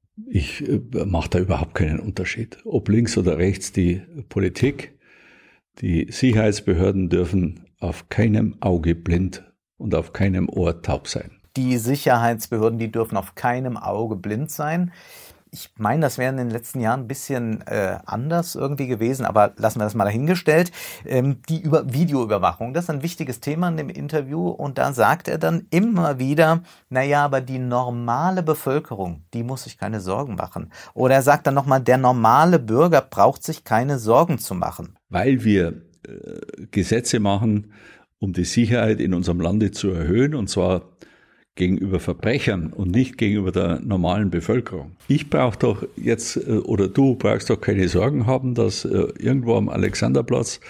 Ich mache da überhaupt keinen Unterschied. Ob links oder rechts, die Politik Die Sicherheitsbehörden dürfen auf keinem Auge blind und auf keinem Ohr taub sein. Die Sicherheitsbehörden, die dürfen auf keinem Auge blind sein. Ich meine, das wäre in den letzten Jahren ein bisschen anders irgendwie gewesen, aber lassen wir das mal dahingestellt. Die Videoüberwachung, das ist ein wichtiges Thema in dem Interview und da sagt er dann immer wieder, naja, aber die normale Bevölkerung, die muss sich keine Sorgen machen. Oder er sagt dann nochmal, der normale Bürger braucht sich keine Sorgen zu machen. Weil wir Gesetze machen, um die Sicherheit in unserem Lande zu erhöhen, und zwar gegenüber Verbrechern und nicht gegenüber der normalen Bevölkerung. Ich brauche doch jetzt, oder du brauchst doch keine Sorgen haben, dass irgendwo am Alexanderplatz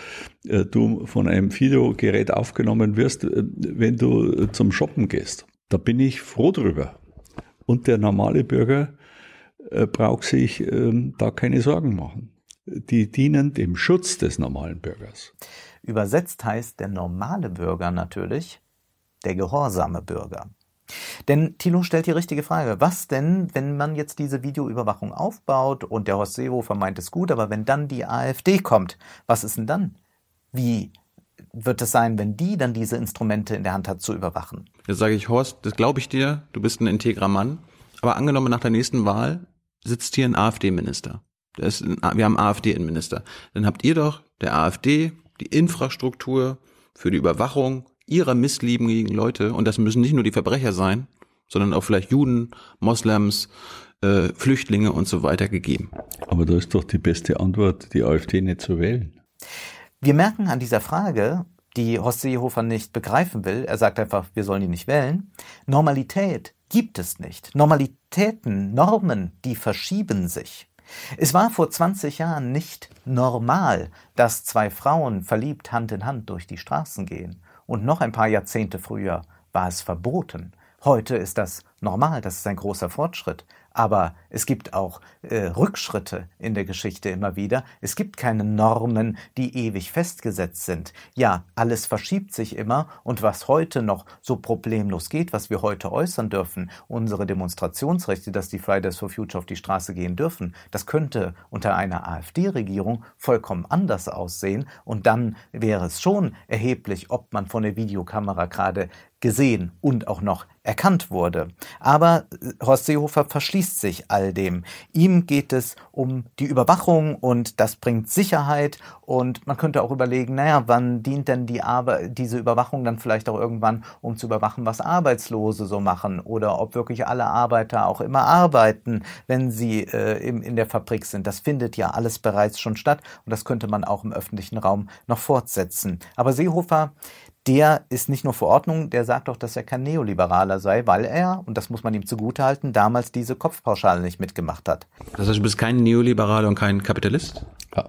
du von einem Videogerät aufgenommen wirst, wenn du zum Shoppen gehst. Da bin ich froh drüber. Und der normale Bürger braucht sich da keine Sorgen machen. Die dienen dem Schutz des normalen Bürgers. Übersetzt heißt der normale Bürger natürlich der gehorsame Bürger. Denn Thilo stellt die richtige Frage. Was denn, wenn man jetzt diese Videoüberwachung aufbaut und der Horst Seehofer meint es gut, aber wenn dann die AfD kommt, was ist denn dann? Wie wird es sein, wenn die dann diese Instrumente in der Hand hat zu überwachen? Jetzt sage ich, Horst, das glaube ich dir, du bist ein integrer Mann. Aber angenommen, nach der nächsten Wahl sitzt hier ein AfD-Minister. Wir haben einen AfD-Innenminister. Dann habt ihr doch der AfD die Infrastruktur für die Überwachung ihrer missliebigen Leute, und das müssen nicht nur die Verbrecher sein, sondern auch vielleicht Juden, Moslems, Flüchtlinge und so weiter gegeben. Aber da ist doch die beste Antwort, die AfD nicht zu wählen. Wir merken an dieser Frage, die Horst Seehofer nicht begreifen will, er sagt einfach, wir sollen die nicht wählen, Normalität gibt es nicht. Normalitäten, Normen, die verschieben sich. Es war vor 20 Jahren nicht normal, dass zwei Frauen verliebt Hand in Hand durch die Straßen gehen. Und noch ein paar Jahrzehnte früher war es verboten. Heute ist das normal, das ist ein großer Fortschritt. Aber es gibt auch Rückschritte in der Geschichte immer wieder. Es gibt keine Normen, die ewig festgesetzt sind. Ja, alles verschiebt sich immer und was heute noch so problemlos geht, was wir heute äußern dürfen, unsere Demonstrationsrechte, dass die Fridays for Future auf die Straße gehen dürfen, das könnte unter einer AfD-Regierung vollkommen anders aussehen und dann wäre es schon erheblich, ob man von der Videokamera gerade gesehen und auch noch erkannt wurde. Aber Horst Seehofer verschließt sich all dem. Ihm geht es um die Überwachung und das bringt Sicherheit und man könnte auch überlegen, naja, wann dient denn diese Überwachung dann vielleicht auch irgendwann, um zu überwachen, was Arbeitslose so machen oder ob wirklich alle Arbeiter auch immer arbeiten, wenn sie in der Fabrik sind. Das findet ja alles bereits schon statt und das könnte man auch im öffentlichen Raum noch fortsetzen. Aber Seehofer, der ist nicht nur für Ordnung, der sagt doch, dass er kein Neoliberaler sei, weil er, und das muss man ihm zugutehalten, damals diese Kopfpauschale nicht mitgemacht hat. Das heißt, du bist kein Neoliberaler und kein Kapitalist? Ja.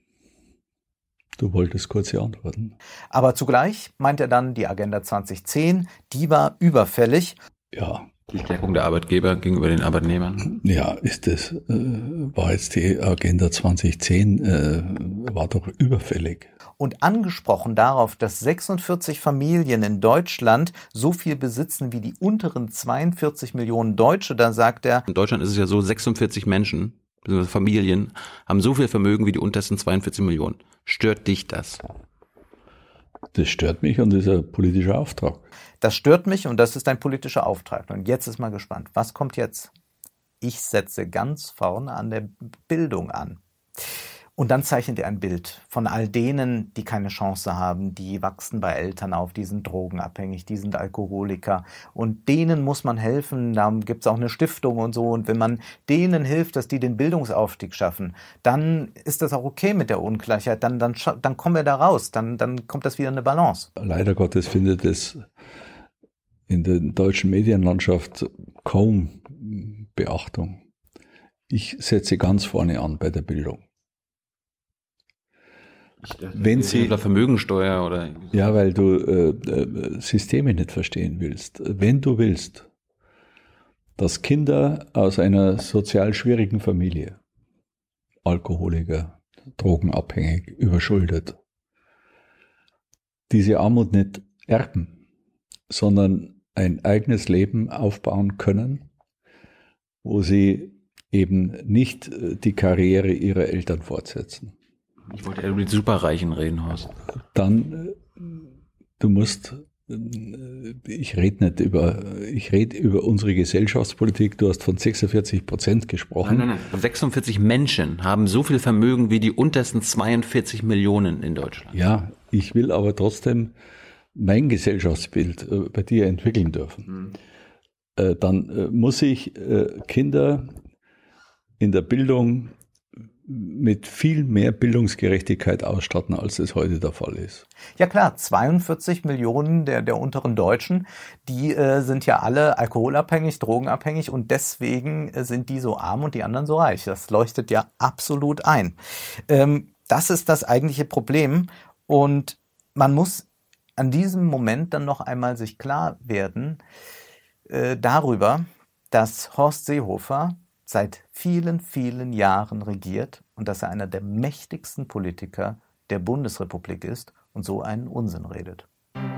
Du wolltest kurz hier antworten. Aber zugleich meint er dann, die Agenda 2010, die war überfällig. Ja. Die Stärkung der Arbeitgeber gegenüber den Arbeitnehmern. Ja, war jetzt die Agenda 2010, war doch überfällig. Und angesprochen darauf, dass 46 Familien in Deutschland so viel besitzen wie die unteren 42 Millionen Deutsche, da sagt er... In Deutschland ist es ja so, 46 Menschen, beziehungsweise Familien, haben so viel Vermögen wie die untersten 42 Millionen. Stört dich das? Das stört mich und das ist ein politischer Auftrag. Das stört mich und das ist ein politischer Auftrag. Und jetzt ist mal gespannt, was kommt jetzt? Ich setze ganz vorne an der Bildung an. Und dann zeichnet er ein Bild von all denen, die keine Chance haben, die wachsen bei Eltern auf, die sind drogenabhängig, die sind Alkoholiker und denen muss man helfen, da gibt es auch eine Stiftung und so und wenn man denen hilft, dass die den Bildungsaufstieg schaffen, dann ist das auch okay mit der Ungleichheit, dann kommen wir da raus, dann kommt das wieder in eine Balance. Leider Gottes findet es in der deutschen Medienlandschaft kaum Beachtung. Ich setze ganz vorne an bei der Bildung. Wenn Sie Vermögensteuer oder ja, weil du Systeme nicht verstehen willst. Wenn du willst, dass Kinder aus einer sozial schwierigen Familie, Alkoholiker, drogenabhängig, überschuldet, diese Armut nicht erben, sondern ein eigenes Leben aufbauen können, wo sie eben nicht die Karriere ihrer Eltern fortsetzen. Ich wollte eher über die Superreichen reden, Horst. Dann, du musst, ich rede über unsere Gesellschaftspolitik. Du hast von 46% gesprochen. Nein. 46 Menschen haben so viel Vermögen wie die untersten 42 Millionen in Deutschland. Ja, ich will aber trotzdem mein Gesellschaftsbild bei dir entwickeln dürfen. Dann muss ich Kinder in der Bildung mit viel mehr Bildungsgerechtigkeit ausstatten, als es heute der Fall ist. Ja klar, 42 Millionen der unteren Deutschen, die sind ja alle alkoholabhängig, drogenabhängig und deswegen sind die so arm und die anderen so reich. Das leuchtet ja absolut ein. Das ist das eigentliche Problem und man muss an diesem Moment dann noch einmal sich klar werden darüber, dass Horst Seehofer seit vielen, vielen Jahren regiert und dass er einer der mächtigsten Politiker der Bundesrepublik ist und so einen Unsinn redet.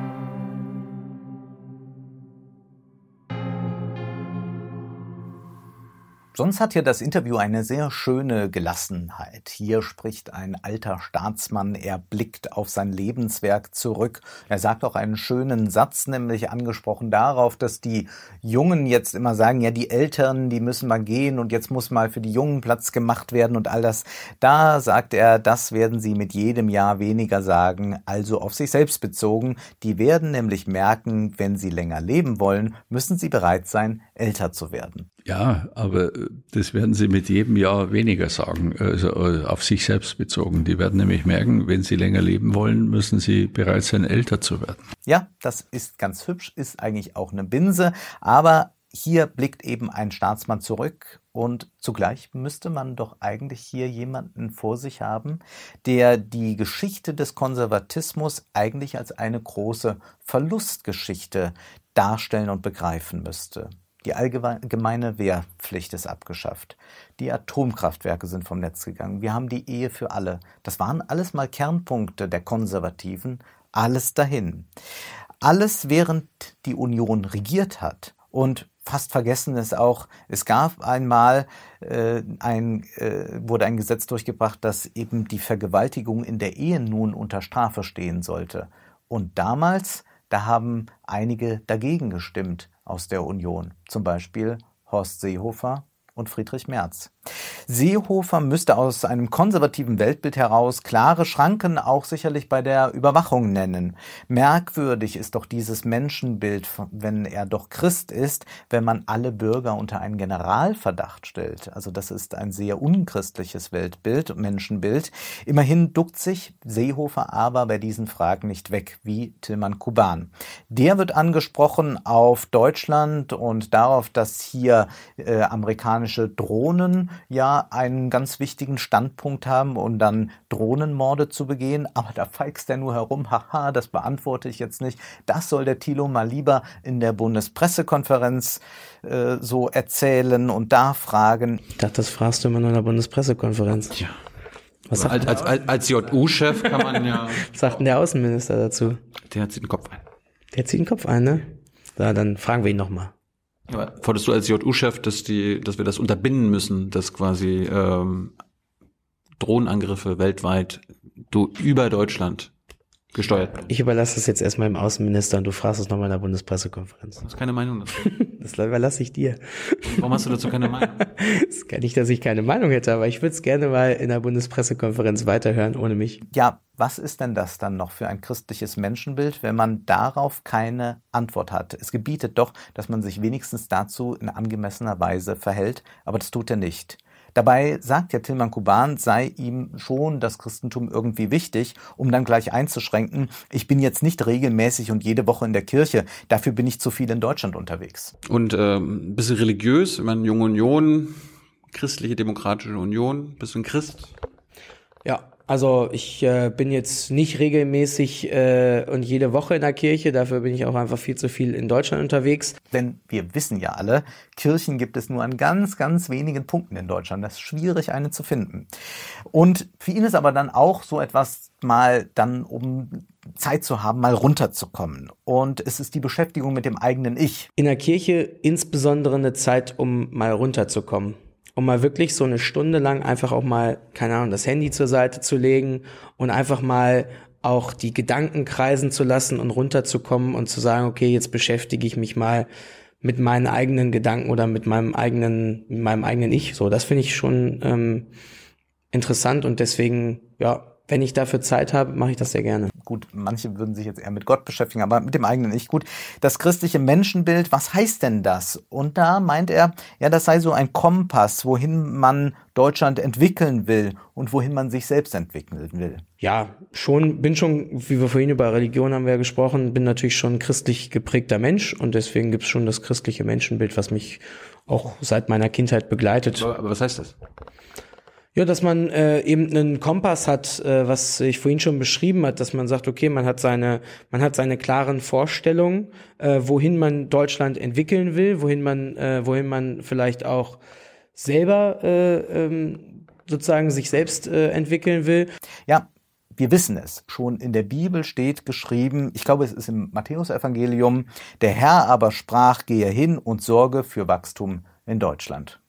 Sonst hat hier das Interview eine sehr schöne Gelassenheit. Hier spricht ein alter Staatsmann, er blickt auf sein Lebenswerk zurück. Er sagt auch einen schönen Satz, nämlich angesprochen darauf, dass die Jungen jetzt immer sagen, ja, die Älteren, die müssen mal gehen und jetzt muss mal für die Jungen Platz gemacht werden und all das. Da sagt er, das werden sie mit jedem Jahr weniger sagen, also auf sich selbst bezogen. Die werden nämlich merken, wenn sie länger leben wollen, müssen sie bereit sein, älter zu werden. Ja, aber das werden sie mit jedem Jahr weniger sagen, also auf sich selbst bezogen. Die werden nämlich merken, wenn sie länger leben wollen, müssen sie bereit sein, älter zu werden. Ja, das ist ganz hübsch, ist eigentlich auch eine Binse, aber hier blickt eben ein Staatsmann zurück und zugleich müsste man doch eigentlich hier jemanden vor sich haben, der die Geschichte des Konservatismus eigentlich als eine große Verlustgeschichte darstellen und begreifen müsste. Die allgemeine Wehrpflicht ist abgeschafft. Die Atomkraftwerke sind vom Netz gegangen. Wir haben die Ehe für alle. Das waren alles mal Kernpunkte der Konservativen. Alles dahin. Alles während die Union regiert hat. Und fast vergessen ist auch, es gab einmal wurde ein Gesetz durchgebracht, dass eben die Vergewaltigung in der Ehe nun unter Strafe stehen sollte. Und damals, da haben einige dagegen gestimmt aus der Union, zum Beispiel Horst Seehofer und Friedrich Merz. Seehofer müsste aus einem konservativen Weltbild heraus klare Schranken auch sicherlich bei der Überwachung nennen. Merkwürdig ist doch dieses Menschenbild, wenn er doch Christ ist, wenn man alle Bürger unter einen Generalverdacht stellt. Also das ist ein sehr unchristliches Weltbild, Menschenbild. Immerhin duckt sich Seehofer aber bei diesen Fragen nicht weg, wie Tilman Kuban. Der wird angesprochen auf Deutschland und darauf, dass hier amerikanische Drohnen ja einen ganz wichtigen Standpunkt haben und dann Drohnenmorde zu begehen. Aber da feigst er nur herum. Haha, das beantworte ich jetzt nicht. Das soll der Thilo mal lieber in der Bundespressekonferenz so erzählen und da fragen. Ich dachte, das fragst du immer nur in der Bundespressekonferenz. Tja. Was als JU-Chef kann man ja... Was sagt denn der Außenminister dazu? Der zieht den Kopf ein. Der zieht den Kopf ein, ne? Ja, dann fragen wir ihn nochmal. Ja, forderst du als JU-Chef, dass wir das unterbinden müssen, dass quasi Drohnenangriffe weltweit über Deutschland gesteuert werden? Ich überlasse das jetzt erstmal dem Außenminister und du fragst es nochmal in der Bundespressekonferenz. Du hast keine Meinung dazu? Das überlasse ich dir. Warum hast du dazu keine Meinung? Das ist gar nicht, dass ich keine Meinung hätte, aber ich würde es gerne mal in der Bundespressekonferenz weiterhören, ohne mich. Ja, was ist denn das dann noch für ein christliches Menschenbild, wenn man darauf keine Antwort hat? Es gebietet doch, dass man sich wenigstens dazu in angemessener Weise verhält, aber das tut er nicht. Dabei sagt ja Tilman Kuban, sei ihm schon das Christentum irgendwie wichtig, um dann gleich einzuschränken, ich bin jetzt nicht regelmäßig und jede Woche in der Kirche, dafür bin ich zu viel in Deutschland unterwegs. Und ein bisschen religiös, ich meine, Junge Union, Christliche Demokratische Union, bist du ein Christ? Ja. Also ich bin jetzt nicht regelmäßig und jede Woche in der Kirche, dafür bin ich auch einfach viel zu viel in Deutschland unterwegs. Denn wir wissen ja alle, Kirchen gibt es nur an ganz, ganz wenigen Punkten in Deutschland. Das ist schwierig, eine zu finden. Und für ihn ist aber dann auch so etwas mal dann, um Zeit zu haben, mal runterzukommen. Und es ist die Beschäftigung mit dem eigenen Ich. In der Kirche insbesondere eine Zeit, um mal runterzukommen. um mal wirklich so eine Stunde lang einfach auch mal, keine Ahnung, das Handy zur Seite zu legen und einfach mal auch die Gedanken kreisen zu lassen und runterzukommen und zu sagen, okay, jetzt beschäftige ich mich mal mit meinen eigenen Gedanken oder mit meinem eigenen Ich. So, das finde ich schon interessant und deswegen, ja, wenn ich dafür Zeit habe, mache ich das sehr gerne. Gut, manche würden sich jetzt eher mit Gott beschäftigen, aber mit dem eigenen Ich. Gut, das christliche Menschenbild, was heißt denn das? Und da meint er, ja, das sei so ein Kompass, wohin man Deutschland entwickeln will und wohin man sich selbst entwickeln will. Ja, bin schon, wie wir vorhin über Religion haben wir ja gesprochen, bin natürlich schon ein christlich geprägter Mensch und deswegen gibt's schon das christliche Menschenbild, was mich auch seit meiner Kindheit begleitet. Aber was heißt das? Ja, dass man eben einen Kompass hat, was ich vorhin schon beschrieben hat, dass man sagt, okay, man hat seine klaren Vorstellungen, wohin man Deutschland entwickeln will, wohin man vielleicht auch selber sozusagen sich selbst entwickeln will. Ja, wir wissen es. Schon in der Bibel steht geschrieben, ich glaube, es ist im Matthäusevangelium, der Herr aber sprach, gehe hin und sorge für Wachstum in Deutschland.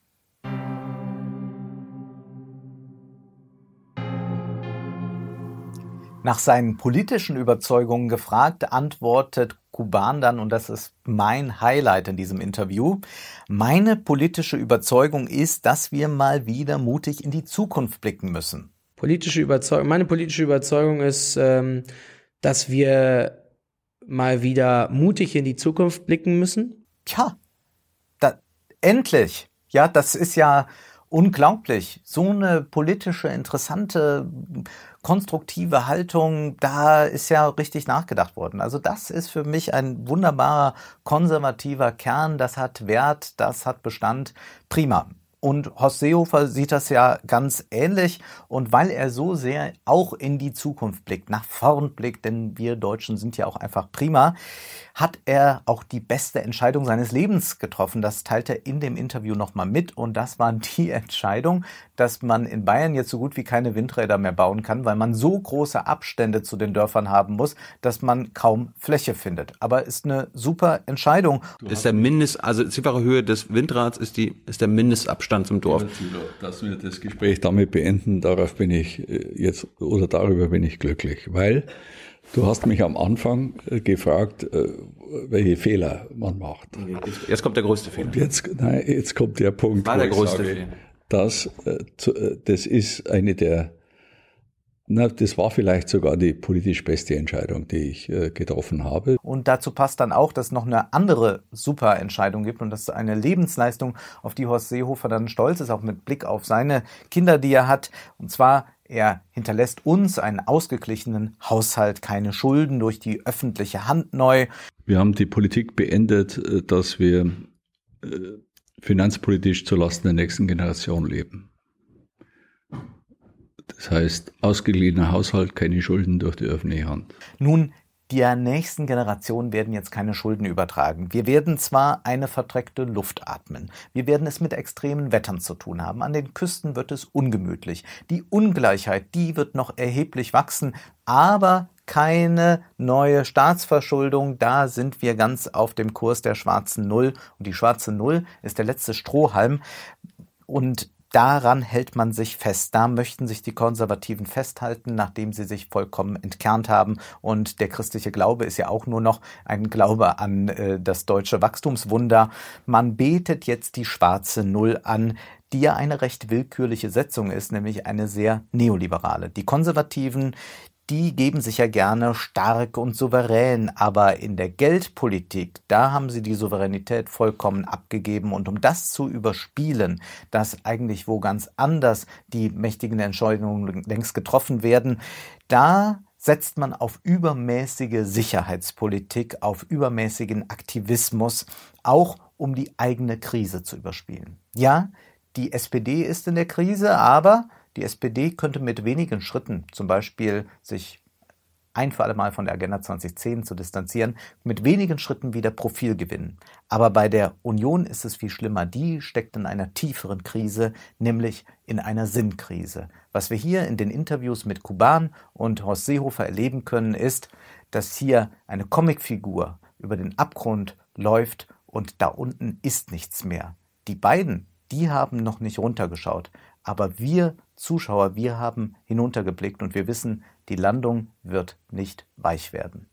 Nach seinen politischen Überzeugungen gefragt, antwortet Kuban dann, und das ist mein Highlight in diesem Interview, meine politische Überzeugung ist, dass wir mal wieder mutig in die Zukunft blicken müssen. Meine politische Überzeugung ist, dass wir mal wieder mutig in die Zukunft blicken müssen. Tja, endlich. Ja, das ist ja unglaublich. So eine politische, interessante, konstruktive Haltung, da ist ja richtig nachgedacht worden. Also das ist für mich ein wunderbarer konservativer Kern. Das hat Wert, das hat Bestand. Prima. Und Horst Seehofer sieht das ja ganz ähnlich. Und weil er so sehr auch in die Zukunft blickt, nach vorn blickt, denn wir Deutschen sind ja auch einfach prima, hat er auch die beste Entscheidung seines Lebens getroffen. Das teilt er in dem Interview nochmal mit. Und das war die Entscheidung, dass man in Bayern jetzt so gut wie keine Windräder mehr bauen kann, weil man so große Abstände zu den Dörfern haben muss, dass man kaum Fläche findet. Aber ist eine super Entscheidung. Ist der zweifache Höhe des Windrads ist der Mindestabstand zum Dorf. Dass wir das Gespräch damit beenden, darüber bin ich glücklich, weil du hast mich am Anfang gefragt, welche Fehler man macht. Jetzt kommt der größte Fehler. Jetzt kommt der Punkt, wo ich sage, das ist das war vielleicht sogar die politisch beste Entscheidung, die ich getroffen habe. Und dazu passt dann auch, dass es noch eine andere super Entscheidung gibt und das ist eine Lebensleistung, auf die Horst Seehofer dann stolz ist, auch mit Blick auf seine Kinder, die er hat. Und zwar, er hinterlässt uns einen ausgeglichenen Haushalt, keine Schulden durch die öffentliche Hand neu. Wir haben die Politik beendet, dass wir finanzpolitisch zulasten der nächsten Generation leben. Das heißt, ausgeglichener Haushalt, keine Schulden durch die öffentliche Hand. Nun, der nächsten Generation werden jetzt keine Schulden übertragen. Wir werden zwar eine verdreckte Luft atmen. Wir werden es mit extremen Wettern zu tun haben. An den Küsten wird es ungemütlich. Die Ungleichheit, die wird noch erheblich wachsen. Aber keine neue Staatsverschuldung. Da sind wir ganz auf dem Kurs der schwarzen Null. Und die schwarze Null ist der letzte Strohhalm. Und daran hält man sich fest. Da möchten sich die Konservativen festhalten, nachdem sie sich vollkommen entkernt haben. Und der christliche Glaube ist ja auch nur noch ein Glaube an das deutsche Wachstumswunder. Man betet jetzt die schwarze Null an, die ja eine recht willkürliche Setzung ist, nämlich eine sehr neoliberale. Die Konservativen, die geben sich ja gerne stark und souverän, aber in der Geldpolitik, da haben sie die Souveränität vollkommen abgegeben. Und um das zu überspielen, dass eigentlich wo ganz anders die mächtigen Entscheidungen längst getroffen werden, da setzt man auf übermäßige Sicherheitspolitik, auf übermäßigen Aktivismus, auch um die eigene Krise zu überspielen. Ja, die SPD ist in der Krise, aber die SPD könnte mit wenigen Schritten, zum Beispiel sich ein für alle Mal von der Agenda 2010 zu distanzieren, mit wenigen Schritten wieder Profil gewinnen. Aber bei der Union ist es viel schlimmer. Die steckt in einer tieferen Krise, nämlich in einer Sinnkrise. Was wir hier in den Interviews mit Kuban und Horst Seehofer erleben können, ist, dass hier eine Comicfigur über den Abgrund läuft und da unten ist nichts mehr. Die beiden, die haben noch nicht runtergeschaut. Aber wir Zuschauer, wir haben hinuntergeblickt und wir wissen, die Landung wird nicht weich werden.